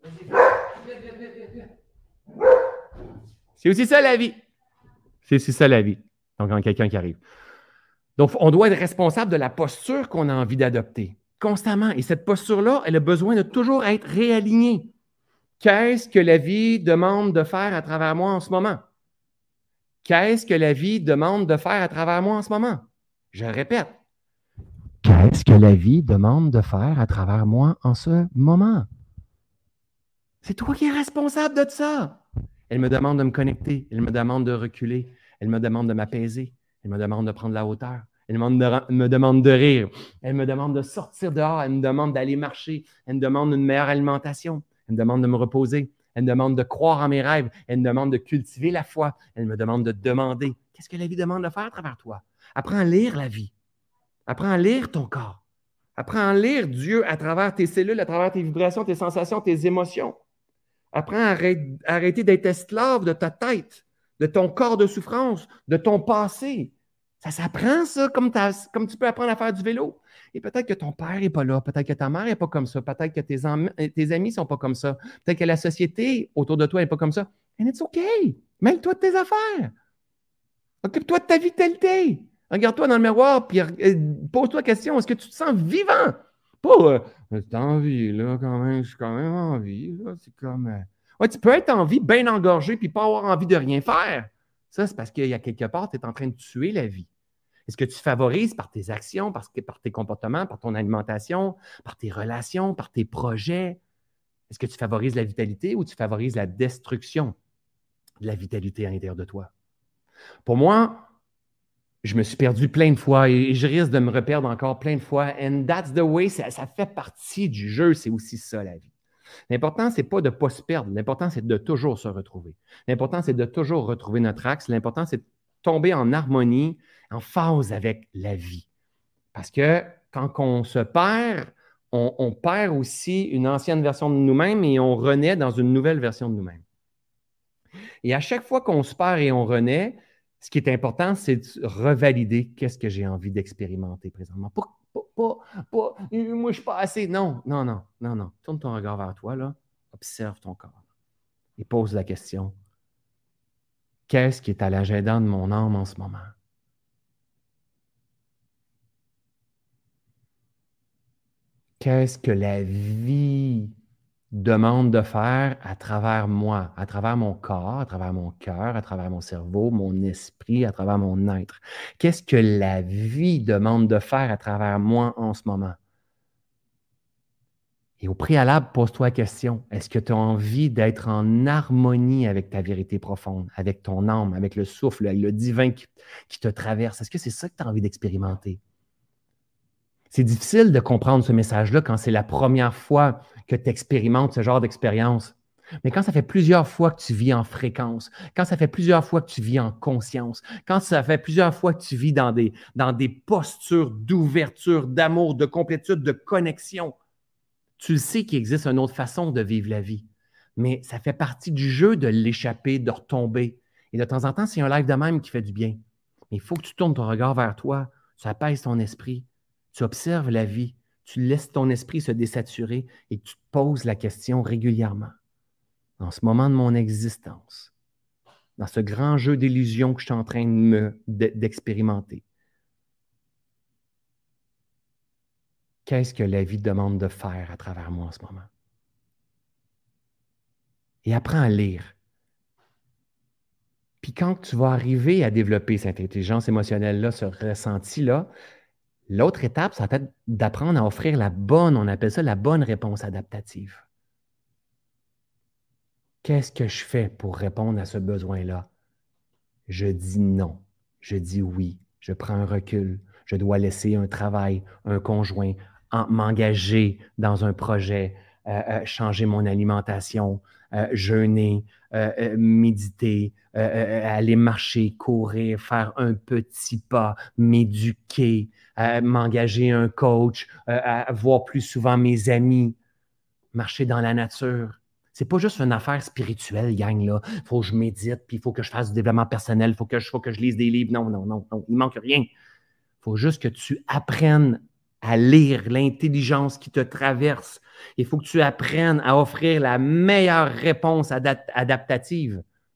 C'est aussi ça la vie. C'est aussi ça la vie. Donc, quand quelqu'un qui arrive. Donc, on doit être responsable de la posture qu'on a envie d'adopter constamment. Et cette posture-là, elle a besoin de toujours être réalignée. Qu'est-ce que la vie demande de faire à travers moi en ce moment? Qu'est-ce que la vie demande de faire à travers moi en ce moment? Je répète. Qu'est-ce que la vie demande de faire à travers moi en ce moment? C'est toi qui es responsable de ça. Elle me demande de me connecter. Elle me demande de reculer. Elle me demande de m'apaiser. Elle me demande de prendre la hauteur. Elle me demande, de, me demande de rire. Elle me demande de sortir dehors. Elle me demande d'aller marcher. Elle me demande une meilleure alimentation. Elle me demande de me reposer. Elle me demande de croire en mes rêves. Elle me demande de cultiver la foi. Elle me demande de demander. Qu'est-ce que la vie demande de faire à travers toi? Apprends à lire la vie. Apprends à lire ton corps. Apprends à lire Dieu à travers tes cellules, à travers tes vibrations, tes sensations, tes émotions. Apprends à arrêter, arrêter d'être esclave de ta tête, de ton corps de souffrance, de ton passé. Ça s'apprend, ça, comme, comme tu peux apprendre à faire du vélo. Et peut-être que ton père n'est pas là, peut-être que ta mère n'est pas comme ça, peut-être que tes, am- tes amis ne sont pas comme ça, peut-être que la société autour de toi n'est pas comme ça. And it's OK. Mêle-toi de tes affaires. Occupe-toi de ta vitalité. Regarde-toi dans le miroir puis euh, pose-toi la question, est-ce que tu te sens vivant? Pas, euh, t'es en vie, là, quand même, je suis quand même en vie, là, c'est comme... Euh... Ouais, tu peux être en vie, bien engorgé, puis pas avoir envie de rien faire. Ça, c'est parce qu'il y a quelque part, tu es en train de tuer la vie. Est-ce que tu favorises par tes actions, par, par tes comportements, par ton alimentation, par tes relations, par tes projets? Est-ce que tu favorises la vitalité ou tu favorises la destruction de la vitalité à l'intérieur de toi? Pour moi, je me suis perdu plein de fois et je risque de me reperdre encore plein de fois. And that's the way, ça, ça fait partie du jeu, c'est aussi ça la vie. L'important, ce n'est pas de ne pas se perdre. L'important, c'est de toujours se retrouver. L'important, c'est de toujours retrouver notre axe. L'important, c'est de tomber en harmonie, en phase avec la vie. Parce que quand on se perd, on, on perd aussi une ancienne version de nous-mêmes et on renaît dans une nouvelle version de nous-mêmes. Et à chaque fois qu'on se perd et on renaît, ce qui est important, c'est de revalider qu'est-ce que j'ai envie d'expérimenter présentement. Pas, pas, pas, pas moi, je suis pas assez. Non, non, non, non, non. Tourne ton regard vers toi, là. Observe ton corps et pose la question. Qu'est-ce qui est à l'agenda de mon âme en ce moment? Qu'est-ce que la vie demande de faire à travers moi, à travers mon corps, à travers mon cœur, à travers mon cerveau, mon esprit, à travers mon être? Qu'est-ce que la vie demande de faire à travers moi en ce moment? Et au préalable, pose-toi la question, est-ce que tu as envie d'être en harmonie avec ta vérité profonde, avec ton âme, avec le souffle, avec le divin qui, qui te traverse? Est-ce que c'est ça que tu as envie d'expérimenter? C'est difficile de comprendre ce message-là quand c'est la première fois que tu expérimentes ce genre d'expérience. Mais quand ça fait plusieurs fois que tu vis en fréquence, quand ça fait plusieurs fois que tu vis en conscience, quand ça fait plusieurs fois que tu vis dans des, dans des postures d'ouverture, d'amour, de complétude, de connexion, tu le sais qu'il existe une autre façon de vivre la vie. Mais ça fait partie du jeu de l'échapper, de retomber. Et de temps en temps, c'est un live de même qui fait du bien. Mais il faut que tu tournes ton regard vers toi, tu apaises ton esprit, tu observes la vie, tu laisses ton esprit se désaturer et tu te poses la question régulièrement. En ce moment de mon existence, dans ce grand jeu d'illusions que je suis en train de me, d'expérimenter, qu'est-ce que la vie demande de faire à travers moi en ce moment? Et apprends à lire. Puis quand tu vas arriver à développer cette intelligence émotionnelle-là, ce ressenti-là, l'autre étape, ça va être d'apprendre à offrir la bonne, on appelle ça la bonne réponse adaptative. Qu'est-ce que je fais pour répondre à ce besoin-là? Je dis non. Je dis oui. Je prends un recul. Je dois laisser un travail, un conjoint, en, m'engager dans un projet, euh, euh, changer mon alimentation, euh, jeûner, euh, euh, méditer, euh, euh, aller marcher, courir, faire un petit pas, m'éduquer, euh, m'engager un coach, euh, à voir plus souvent mes amis, marcher dans la nature. C'est pas juste une affaire spirituelle, gang, là. Il faut que je médite, puis il faut que je fasse du développement personnel, il faut que je, faut que je lise des livres. Non, non, non, non, il manque rien. Il faut juste que tu apprennes à lire l'intelligence qui te traverse. Il faut que tu apprennes à offrir la meilleure réponse adap- adaptative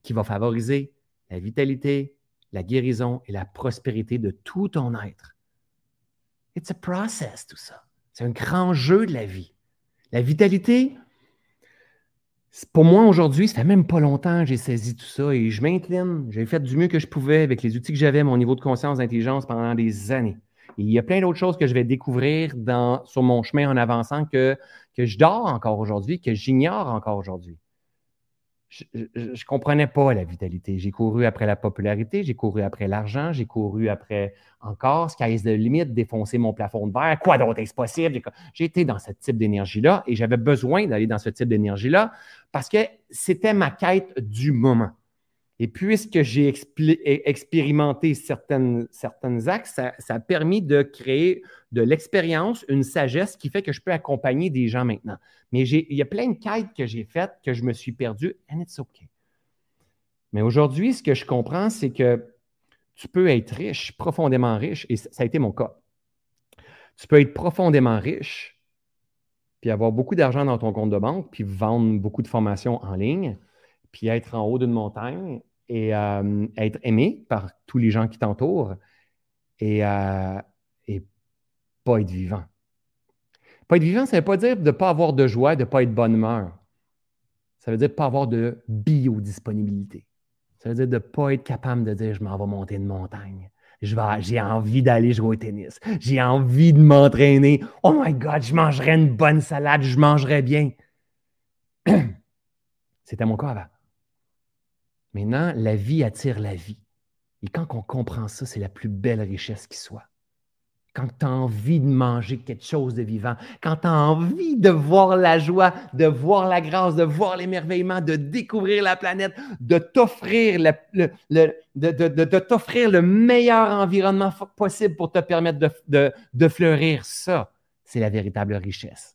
qui va favoriser la vitalité, la guérison et la prospérité de tout ton être. It's a process, tout ça. C'est un grand jeu de la vie. La vitalité, pour moi aujourd'hui, ça fait même pas longtemps que j'ai saisi tout ça et je m'incline. J'ai fait du mieux que je pouvais avec les outils que j'avais, mon niveau de conscience, d'intelligence pendant des années. Et il y a plein d'autres choses que je vais découvrir dans, sur mon chemin en avançant que, que je dors encore aujourd'hui, que j'ignore encore aujourd'hui. Je ne comprenais pas la vitalité. J'ai couru après la popularité, j'ai couru après l'argent, j'ai couru après encore sky's the limit, défoncer mon plafond de verre. Quoi d'autre est-ce possible? J'ai été dans ce type d'énergie-là et j'avais besoin d'aller dans ce type d'énergie-là parce que c'était ma quête du moment. Et puisque j'ai expli- expérimenté certaines, certains axes, ça, ça a permis de créer de l'expérience, une sagesse qui fait que je peux accompagner des gens maintenant. Mais j'ai, il y a plein de quêtes que j'ai faites que je me suis perdu, and it's okay. Mais aujourd'hui, ce que je comprends, c'est que tu peux être riche, profondément riche, et ça a été mon cas. Tu peux être profondément riche, puis avoir beaucoup d'argent dans ton compte de banque, puis vendre beaucoup de formations en ligne, puis être en haut d'une montagne, et euh, être aimé par tous les gens qui t'entourent et, euh, et pas être vivant. Pas être vivant, ça ne veut pas dire de ne pas avoir de joie, de ne pas être de bonne humeur. Ça veut dire de ne pas avoir de biodisponibilité. Ça veut dire de ne pas être capable de dire « je m'en vais monter une montagne ». Je vais, j'ai envie d'aller jouer au tennis. J'ai envie de m'entraîner. Oh my God, je mangerais une bonne salade, je mangerais bien. C'était mon cas avant. Maintenant, la vie attire la vie. Et quand on comprend ça, c'est la plus belle richesse qui soit. Quand tu as envie de manger quelque chose de vivant, quand tu as envie de voir la joie, de voir la grâce, de voir l'émerveillement, de découvrir la planète, de t'offrir le, le, le, de, de, de, de t'offrir le meilleur environnement possible pour te permettre de, de, de fleurir, ça, c'est la véritable richesse.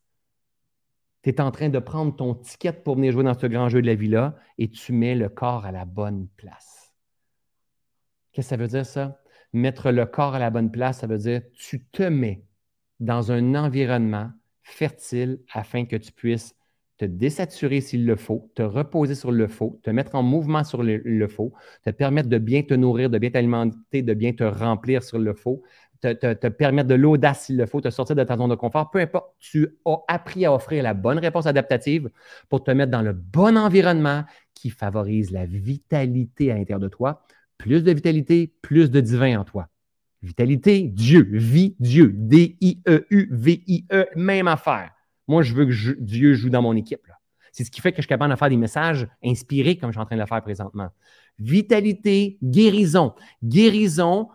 Tu es en train de prendre ton ticket pour venir jouer dans ce grand jeu de la vie-là et tu mets le corps à la bonne place. Qu'est-ce que ça veut dire, ça? Mettre le corps à la bonne place, ça veut dire tu te mets dans un environnement fertile afin que tu puisses te désaturer s'il le faut, te reposer sur le faux, te mettre en mouvement sur le, le faux, te permettre de bien te nourrir, de bien t'alimenter, de bien te remplir sur le faux, te, te, te permettre de l'audace s'il le faut, te sortir de ta zone de confort. Peu importe, tu as appris à offrir la bonne réponse adaptative pour te mettre dans le bon environnement qui favorise la vitalité à l'intérieur de toi. Plus de vitalité, plus de divin en toi. Vitalité, Dieu, vie, Dieu, D I E U V I E, même affaire. Moi, je veux que je, Dieu joue dans mon équipe. Là. C'est ce qui fait que je suis capable de faire des messages inspirés comme je suis en train de le faire présentement. Vitalité, guérison. Guérison,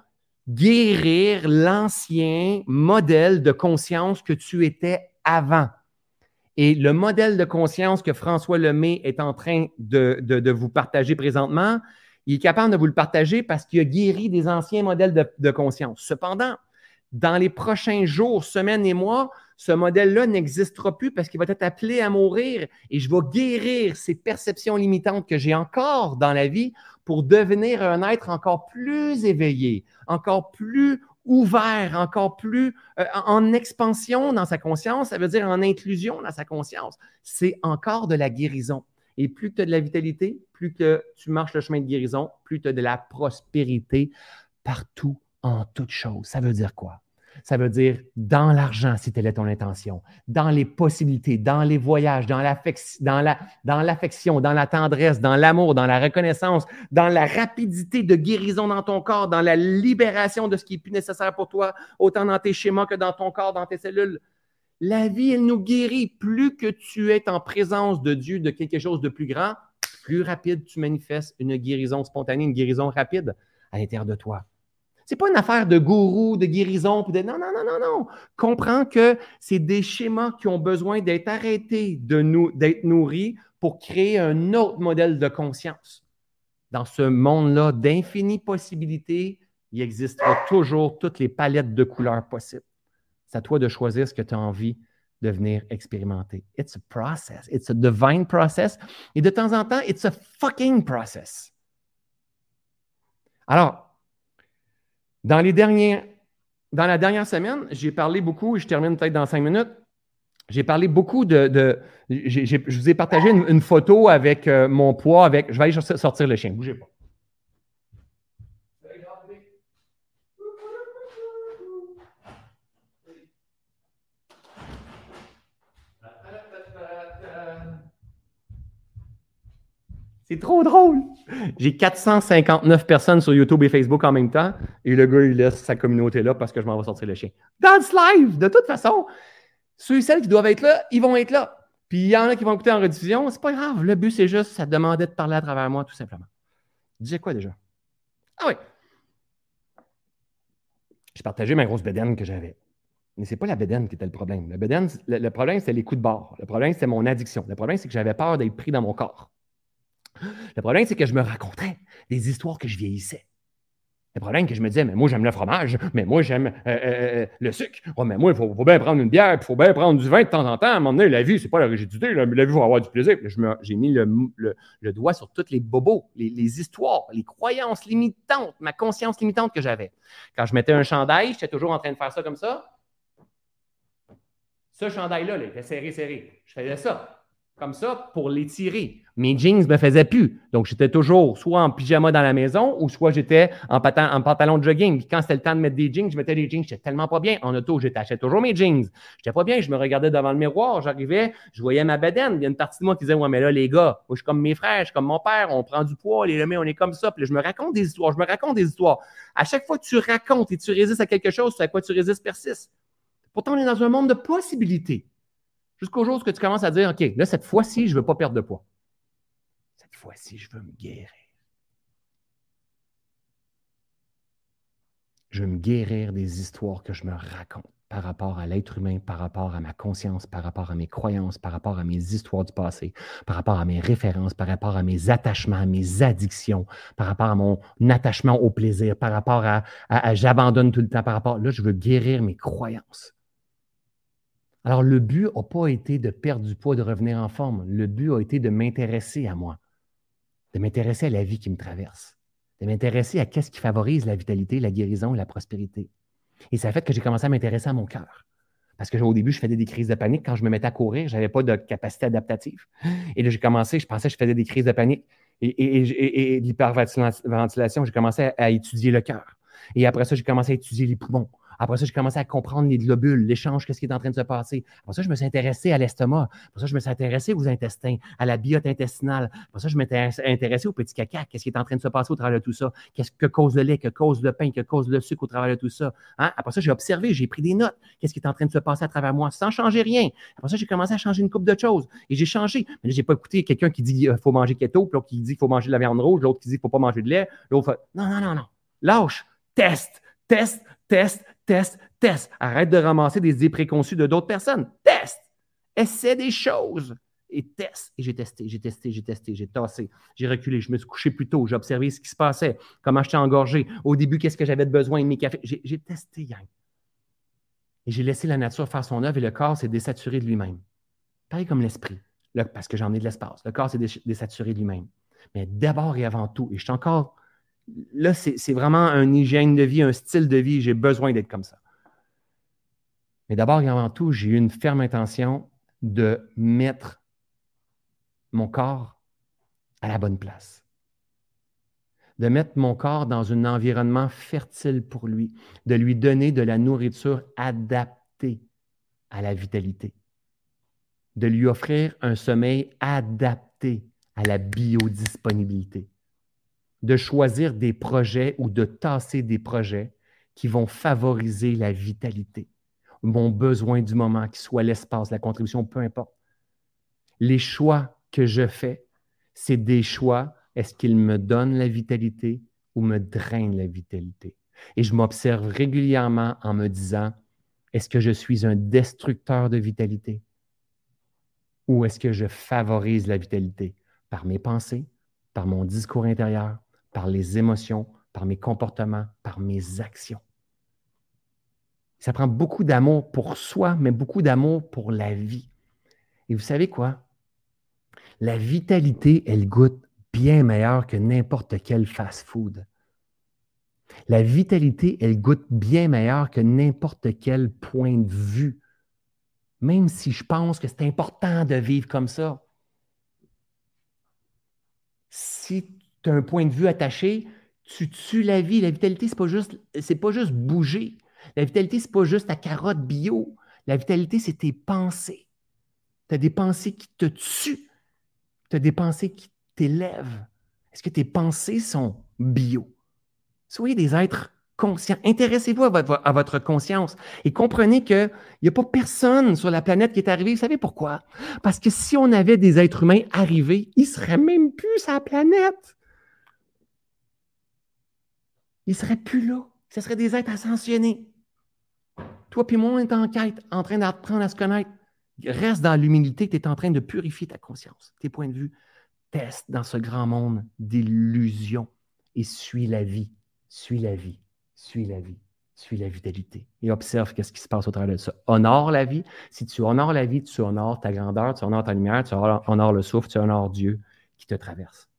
guérir l'ancien modèle de conscience que tu étais avant. Et le modèle de conscience que François Lemay est en train de, de, de vous partager présentement, il est capable de vous le partager parce qu'il a guéri des anciens modèles de, de conscience. Cependant, dans les prochains jours, semaines et mois, ce modèle-là n'existera plus parce qu'il va être appelé à mourir et je vais guérir ces perceptions limitantes que j'ai encore dans la vie pour devenir un être encore plus éveillé, encore plus ouvert, encore plus euh, en expansion dans sa conscience, ça veut dire en inclusion dans sa conscience. C'est encore de la guérison. Et plus tu as de la vitalité, plus que tu marches le chemin de guérison, plus tu as de la prospérité partout, en toutes choses. Ça veut dire quoi? Ça veut dire dans l'argent, si telle est ton intention, dans les possibilités, dans les voyages, dans l'affection, dans la, dans l'affection, dans la tendresse, dans l'amour, dans la reconnaissance, dans la rapidité de guérison dans ton corps, dans la libération de ce qui est plus nécessaire pour toi, autant dans tes schémas que dans ton corps, dans tes cellules. La vie, elle nous guérit. Plus que tu es en présence de Dieu, de quelque chose de plus grand, plus rapide tu manifestes une guérison spontanée, une guérison rapide à l'intérieur de toi. Ce n'est pas une affaire de gourou, de guérison, puis de non, non, non, non, non. Comprends que c'est des schémas qui ont besoin d'être arrêtés, de nous, d'être nourris pour créer un autre modèle de conscience. Dans ce monde-là d'infinies possibilités, il existera toujours toutes les palettes de couleurs possibles. C'est à toi de choisir ce que tu as envie de venir expérimenter. It's a process. It's a divine process. Et de temps en temps, it's a fucking process. Alors, dans, les derniers, dans la dernière semaine, j'ai parlé beaucoup, et je termine peut-être dans cinq minutes, j'ai parlé beaucoup de... de j'ai, j'ai, je vous ai partagé une, une photo avec euh, mon poids, avec... Je vais aller sortir le chien, bougez pas. C'est trop drôle! J'ai quatre cent cinquante-neuf personnes sur YouTube et Facebook en même temps, et le gars, il laisse sa communauté là parce que je m'en vais sortir le chien. That's live! De toute façon, ceux et celles qui doivent être là, ils vont être là. Puis il y en a qui vont écouter en rediffusion, c'est pas grave. Le but, c'est juste, ça demandait de parler à travers moi, tout simplement. Je disais quoi déjà? Ah oui! J'ai partagé ma grosse bédaine que j'avais. Mais ce n'est pas la bédaine qui était le problème. Le, bédaine, le, le problème, c'était les coups de barre. Le problème, c'était mon addiction. Le problème, c'est que j'avais peur d'être pris dans mon corps. Le problème, c'est que je me racontais des histoires que je vieillissais. Le problème, c'est que je me disais, mais moi, j'aime le fromage, mais moi, j'aime euh, euh, le sucre. Oh, mais moi, il faut, faut bien prendre une bière, il faut bien prendre du vin de temps en temps. À un moment donné, la vie, c'est pas la rigidité. La, la vie, il faut avoir du plaisir. Puis, je me, j'ai mis le, le, le doigt sur tous les bobos, les, les histoires, les croyances limitantes, ma conscience limitante que j'avais. Quand je mettais un chandail, j'étais toujours en train de faire ça comme ça. Ce chandail-là, là, il était serré, serré. Je faisais ça, comme ça, pour l'étirer. Mes jeans ne me faisaient plus. Donc, j'étais toujours soit en pyjama dans la maison ou soit j'étais en, patan- en pantalon de jogging. Puis quand c'était le temps de mettre des jeans, je mettais des jeans. J'étais tellement pas bien. En auto, j'achetais toujours mes jeans. J'étais pas bien. Je me regardais devant le miroir. J'arrivais, je voyais ma bedaine. Il y a une partie de moi qui disait, ouais, mais là, les gars, moi, je suis comme mes frères, je suis comme mon père. On prend du poids, les lemais, on est comme ça. Puis là, je me raconte des histoires. Je me raconte des histoires. À chaque fois que tu racontes et tu résistes à quelque chose, c'est à quoi tu résistes persiste. Pourtant, on est dans un monde de possibilités. Jusqu'au jour où tu commences à dire, OK, là, cette fois-ci, je ne veux pas perdre de poids. Cette fois-ci, je veux me guérir. Je veux me guérir des histoires que je me raconte par rapport à l'être humain, par rapport à ma conscience, par rapport à mes croyances, par rapport à mes histoires du passé, par rapport à mes références, par rapport à mes attachements, à mes addictions, par rapport à mon attachement au plaisir, par rapport à, à, à j'abandonne tout le temps, par rapport, là, je veux guérir mes croyances. Alors, le but n'a pas été de perdre du poids, de revenir en forme. Le but a été de m'intéresser à moi, de m'intéresser à la vie qui me traverse, de m'intéresser à qu'est-ce qui favorise la vitalité, la guérison et la prospérité. Et ça a fait que j'ai commencé à m'intéresser à mon cœur. Parce qu'au début, je faisais des crises de panique. Quand je me mettais à courir, je n'avais pas de capacité adaptative. Et là, j'ai commencé, je pensais que je faisais des crises de panique et, et, et, et de l'hyperventilation. J'ai commencé à, à étudier le cœur. Et après ça, j'ai commencé à étudier les poumons. Après ça, j'ai commencé à comprendre les globules, l'échange, qu'est-ce qui est en train de se passer. Après ça, je me suis intéressé à l'estomac. Après ça, je me suis intéressé aux intestins, à la biote intestinale. Après ça, je m'étais intéressé au petit caca. Qu'est-ce qui est en train de se passer au travers de tout ça? Qu'est-ce que cause le lait, que cause le pain, que cause le sucre au travers de tout ça? Hein? Après ça, j'ai observé, j'ai pris des notes. Qu'est-ce qui est en train de se passer à travers moi sans changer rien? Après ça, j'ai commencé à changer une couple de choses. Et j'ai changé. Mais là, je n'ai pas écouté quelqu'un qui dit qu'il faut manger keto, puis l'autre qui dit qu'il faut manger de la viande rouge, l'autre qui dit qu'il ne faut pas manger de lait. L'autre fait non, non, non, non. Lâche, teste, teste, teste, teste, teste. Arrête de ramasser des idées préconçues de d'autres personnes. Teste. Essaie des choses. Et teste. Et j'ai testé, j'ai testé, j'ai testé, j'ai tassé, j'ai reculé, je me suis couché plus tôt, j'ai observé ce qui se passait, comment j'étais engorgé. Au début, qu'est-ce que j'avais de besoin de mes cafés. J'ai, j'ai testé, gang. Et j'ai laissé la nature faire son œuvre et le corps s'est désaturé de lui-même. Pareil comme l'esprit, là, parce que j'en ai de l'espace. Le corps s'est désaturé de lui-même. Mais d'abord et avant tout, et je suis encore... Là, c'est, c'est vraiment une hygiène de vie, un style de vie. J'ai besoin d'être comme ça. Mais d'abord et avant tout, j'ai eu une ferme intention de mettre mon corps à la bonne place. De mettre mon corps dans un environnement fertile pour lui. De lui donner de la nourriture adaptée à la vitalité. De lui offrir un sommeil adapté à la biodisponibilité. De choisir des projets ou de tasser des projets qui vont favoriser la vitalité, mon besoin du moment, qui soit l'espace, la contribution, peu importe. Les choix que je fais, c'est des choix, est-ce qu'ils me donnent la vitalité ou me drainent la vitalité? Et je m'observe régulièrement en me disant, est-ce que je suis un destructeur de vitalité ou est-ce que je favorise la vitalité par mes pensées, par mon discours intérieur, par les émotions, par mes comportements, par mes actions. Ça prend beaucoup d'amour pour soi, mais beaucoup d'amour pour la vie. Et vous savez quoi? La vitalité, elle goûte bien meilleur que n'importe quel fast-food. La vitalité, elle goûte bien meilleur que n'importe quel point de vue même si je pense que c'est important de vivre comme ça. Si tu as un point de vue attaché, tu tues la vie. La vitalité, ce n'est pas juste, c'est pas juste bouger. La vitalité, ce n'est pas juste ta carotte bio. La vitalité, c'est tes pensées. Tu as des pensées qui te tuent. Tu as des pensées qui t'élèvent. Est-ce que tes pensées sont bio? Soyez des êtres conscients. Intéressez-vous à votre, à votre conscience et comprenez qu'il n'y a pas personne sur la planète qui est arrivé. Vous savez pourquoi? Parce que si on avait des êtres humains arrivés, ils ne seraient même plus sur la planète. Ils ne seraient plus là. Ce seraient des êtres ascensionnés. Toi puis moi, on est en quête, en train d'apprendre à se connaître. Reste dans l'humilité que tu es en train de purifier ta conscience, tes points de vue. Teste dans ce grand monde d'illusions et suis la vie, suis la vie, suis la vie, suis la vitalité. Et observe qu'est-ce qui se passe au travers de ça. Honore la vie. Si tu honores la vie, tu honores ta grandeur, tu honores ta lumière, tu honores le souffle, tu honores Dieu qui te traverse.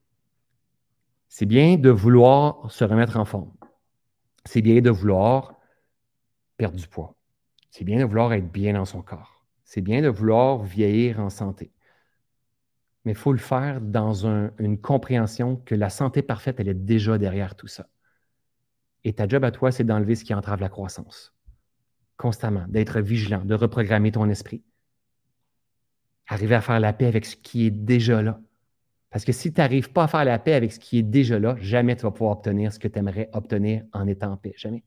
C'est bien de vouloir se remettre en forme. C'est bien de vouloir perdre du poids. C'est bien de vouloir être bien dans son corps. C'est bien de vouloir vieillir en santé. Mais il faut le faire dans un, une compréhension que la santé parfaite, elle est déjà derrière tout ça. Et ta job à toi, c'est d'enlever ce qui entrave la croissance. Constamment, d'être vigilant, de reprogrammer ton esprit. Arriver à faire la paix avec ce qui est déjà là. Parce que si tu n'arrives pas à faire la paix avec ce qui est déjà là, jamais tu vas pouvoir obtenir ce que tu aimerais obtenir en étant en paix. Jamais.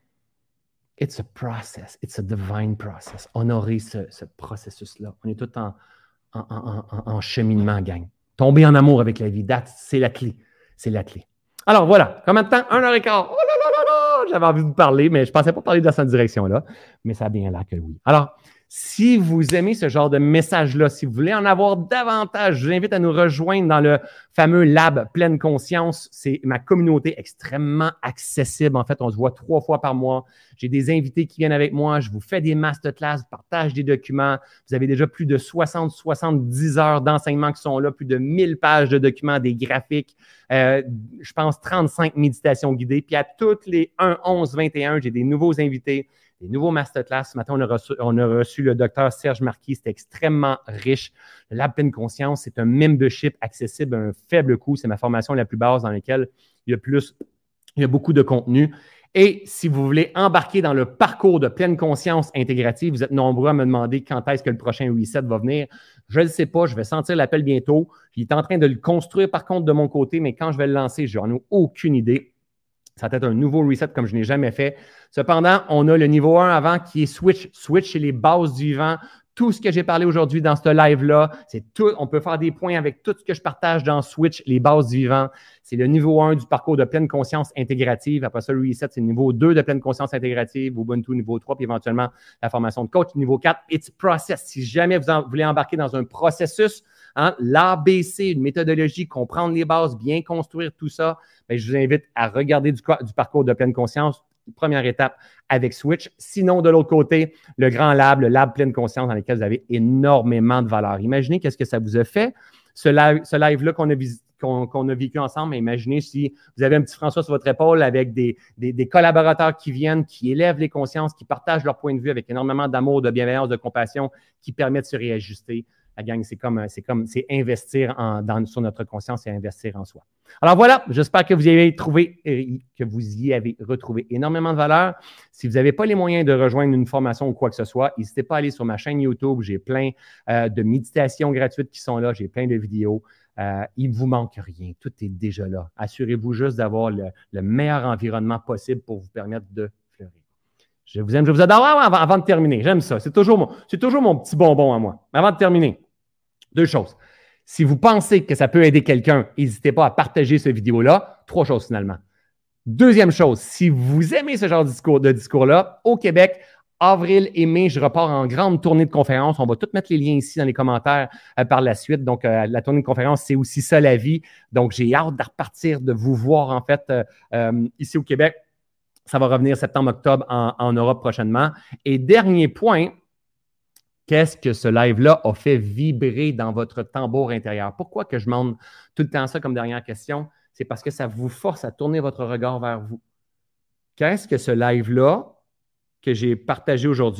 It's a process. It's a divine process. Honorer ce, ce processus-là. On est tout en... En, en, en, en cheminement, gang. Tomber en amour avec la vie, c'est la clé. C'est la clé. Alors voilà, combien de temps? Un heure et quart. Oh là là là là! J'avais envie de vous parler, mais je ne pensais pas parler dans cette direction-là. Mais ça a bien l'air que oui. Alors, si vous aimez ce genre de message-là, si vous voulez en avoir davantage, je vous invite à nous rejoindre dans le fameux Lab Pleine Conscience. C'est ma communauté extrêmement accessible. En fait, on se voit trois fois par mois. J'ai des invités qui viennent avec moi. Je vous fais des masterclass, je partage des documents. Vous avez déjà plus de soixante, soixante-dix heures d'enseignement qui sont là, plus de mille pages de documents, des graphiques. Euh, je pense trente-cinq méditations guidées. Puis à toutes les un, onze, vingt et un, j'ai des nouveaux invités. Des nouveaux masterclass. Ce matin, on a reçu, on a reçu le docteur Serge Marquis. C'était extrêmement riche. Le Lab Pleine Conscience, c'est un membership accessible à un faible coût. C'est ma formation la plus basse dans laquelle il y a plus, il y a beaucoup de contenu. Et si vous voulez embarquer dans le parcours de pleine conscience intégrative, vous êtes nombreux à me demander quand est-ce que le prochain reset va venir. Je ne le sais pas, je vais sentir l'appel bientôt. Il est en train de le construire par contre de mon côté, mais quand je vais le lancer, je n'en ai aucune idée. Ça va être un nouveau reset comme je n'ai jamais fait. Cependant, on a le niveau un avant qui est Switch. Switch, c'est les bases du vivant. Tout ce que j'ai parlé aujourd'hui dans ce live-là, c'est tout. On peut faire des points avec tout ce que je partage dans Switch, les bases du vivant. C'est le niveau un du parcours de pleine conscience intégrative. Après ça, le reset, c'est le niveau deux de pleine conscience intégrative, Ubuntu niveau trois, puis éventuellement la formation de coach niveau quatre. It's process. Si jamais vous, en, vous voulez embarquer dans un processus, hein, l'A B C, une méthodologie, comprendre les bases, bien construire tout ça, bien, je vous invite à regarder du, du parcours de pleine conscience. Première étape avec Switch. Sinon, de l'autre côté, le grand lab, le lab pleine conscience dans lequel vous avez énormément de valeur. Imaginez qu'est-ce que ça vous a fait, ce, live, ce live-là qu'on a, qu'on, qu'on a vécu ensemble. Imaginez si vous avez un petit François sur votre épaule avec des, des, des collaborateurs qui viennent, qui élèvent les consciences, qui partagent leur point de vue avec énormément d'amour, de bienveillance, de compassion, qui permettent de se réajuster. La gang, c'est comme, c'est comme, c'est investir en, dans, sur notre conscience et investir en soi. Alors voilà, j'espère que vous y avez trouvé, euh, que vous y avez retrouvé énormément de valeur. Si vous n'avez pas les moyens de rejoindre une formation ou quoi que ce soit, n'hésitez pas à aller sur ma chaîne YouTube. J'ai plein euh, de méditations gratuites qui sont là. J'ai plein de vidéos. Euh, il ne vous manque rien. Tout est déjà là. Assurez-vous juste d'avoir le, le meilleur environnement possible pour vous permettre de fleurir. Je vous aime, je vous adore. Avant, avant de terminer, j'aime ça. C'est toujours, mon, c'est toujours mon petit bonbon à moi. Avant de terminer, deux choses. Si vous pensez que ça peut aider quelqu'un, n'hésitez pas à partager cette vidéo-là. Trois choses finalement. Deuxième chose, si vous aimez ce genre de, discours, de discours-là, au Québec, avril et mai, je repars en grande tournée de conférences. On va tous mettre les liens ici dans les commentaires euh, par la suite. Donc, euh, la tournée de conférences, c'est aussi ça la vie. Donc, j'ai hâte de repartir, de vous voir en fait euh, euh, ici au Québec. Ça va revenir septembre-octobre en, en Europe prochainement. Et dernier point, qu'est-ce que ce live-là a fait vibrer dans votre tambour intérieur? Pourquoi que je demande tout le temps ça comme dernière question? C'est parce que ça vous force à tourner votre regard vers vous. Qu'est-ce que ce live-là que j'ai partagé aujourd'hui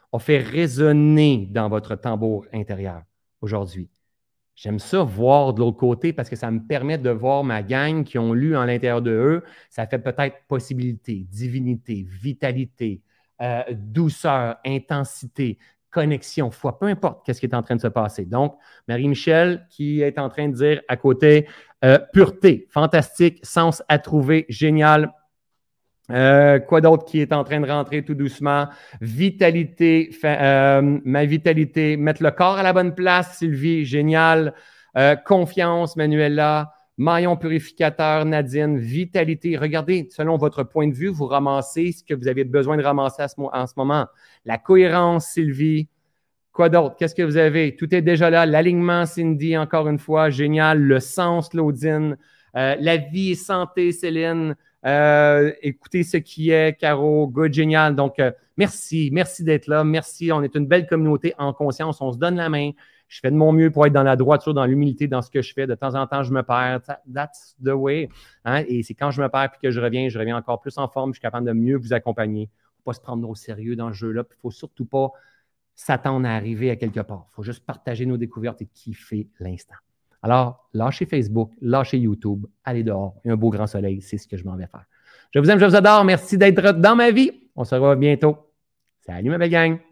a fait résonner dans votre tambour intérieur aujourd'hui? J'aime ça voir de l'autre côté parce que ça me permet de voir ma gang qui ont lu en l'intérieur de eux. Ça fait peut-être possibilité, divinité, vitalité, euh, douceur, intensité, connexion, foi, peu importe qu'est-ce qui est en train de se passer. Donc, Marie-Michel qui est en train de dire à côté, euh, pureté, fantastique, sens à trouver, génial. Euh, quoi d'autre qui est en train de rentrer tout doucement? Vitalité, euh, ma vitalité, mettre le corps à la bonne place, Sylvie, génial. Euh, confiance, Manuela. Maillon purificateur, Nadine. Vitalité. Regardez, selon votre point de vue, vous ramassez ce que vous avez besoin de ramasser à ce, en ce moment. La cohérence, Sylvie. Quoi d'autre? Qu'est-ce que vous avez? Tout est déjà là. L'alignement, Cindy, encore une fois, génial. Le sens, Claudine. Euh, la vie et santé, Céline. Euh, écoutez ce qui est, Caro, good, génial. Donc, euh, merci, merci d'être là. Merci. On est une belle communauté en conscience. On se donne la main. Je fais de mon mieux pour être dans la droiture, dans l'humilité, dans ce que je fais. De temps en temps, je me perds. That's the way. Hein? Et c'est quand je me perds puis que je reviens, je reviens encore plus en forme. Je suis capable de mieux vous accompagner. Il ne faut pas se prendre au sérieux dans ce jeu-là. Il ne faut surtout pas s'attendre à arriver à quelque part. Il faut juste partager nos découvertes et kiffer l'instant. Alors, lâchez Facebook, lâchez YouTube, allez dehors. Il y a un beau grand soleil, c'est ce que je m'en vais faire. Je vous aime, je vous adore. Merci d'être dans ma vie. On se revoit bientôt. Salut ma belle gang.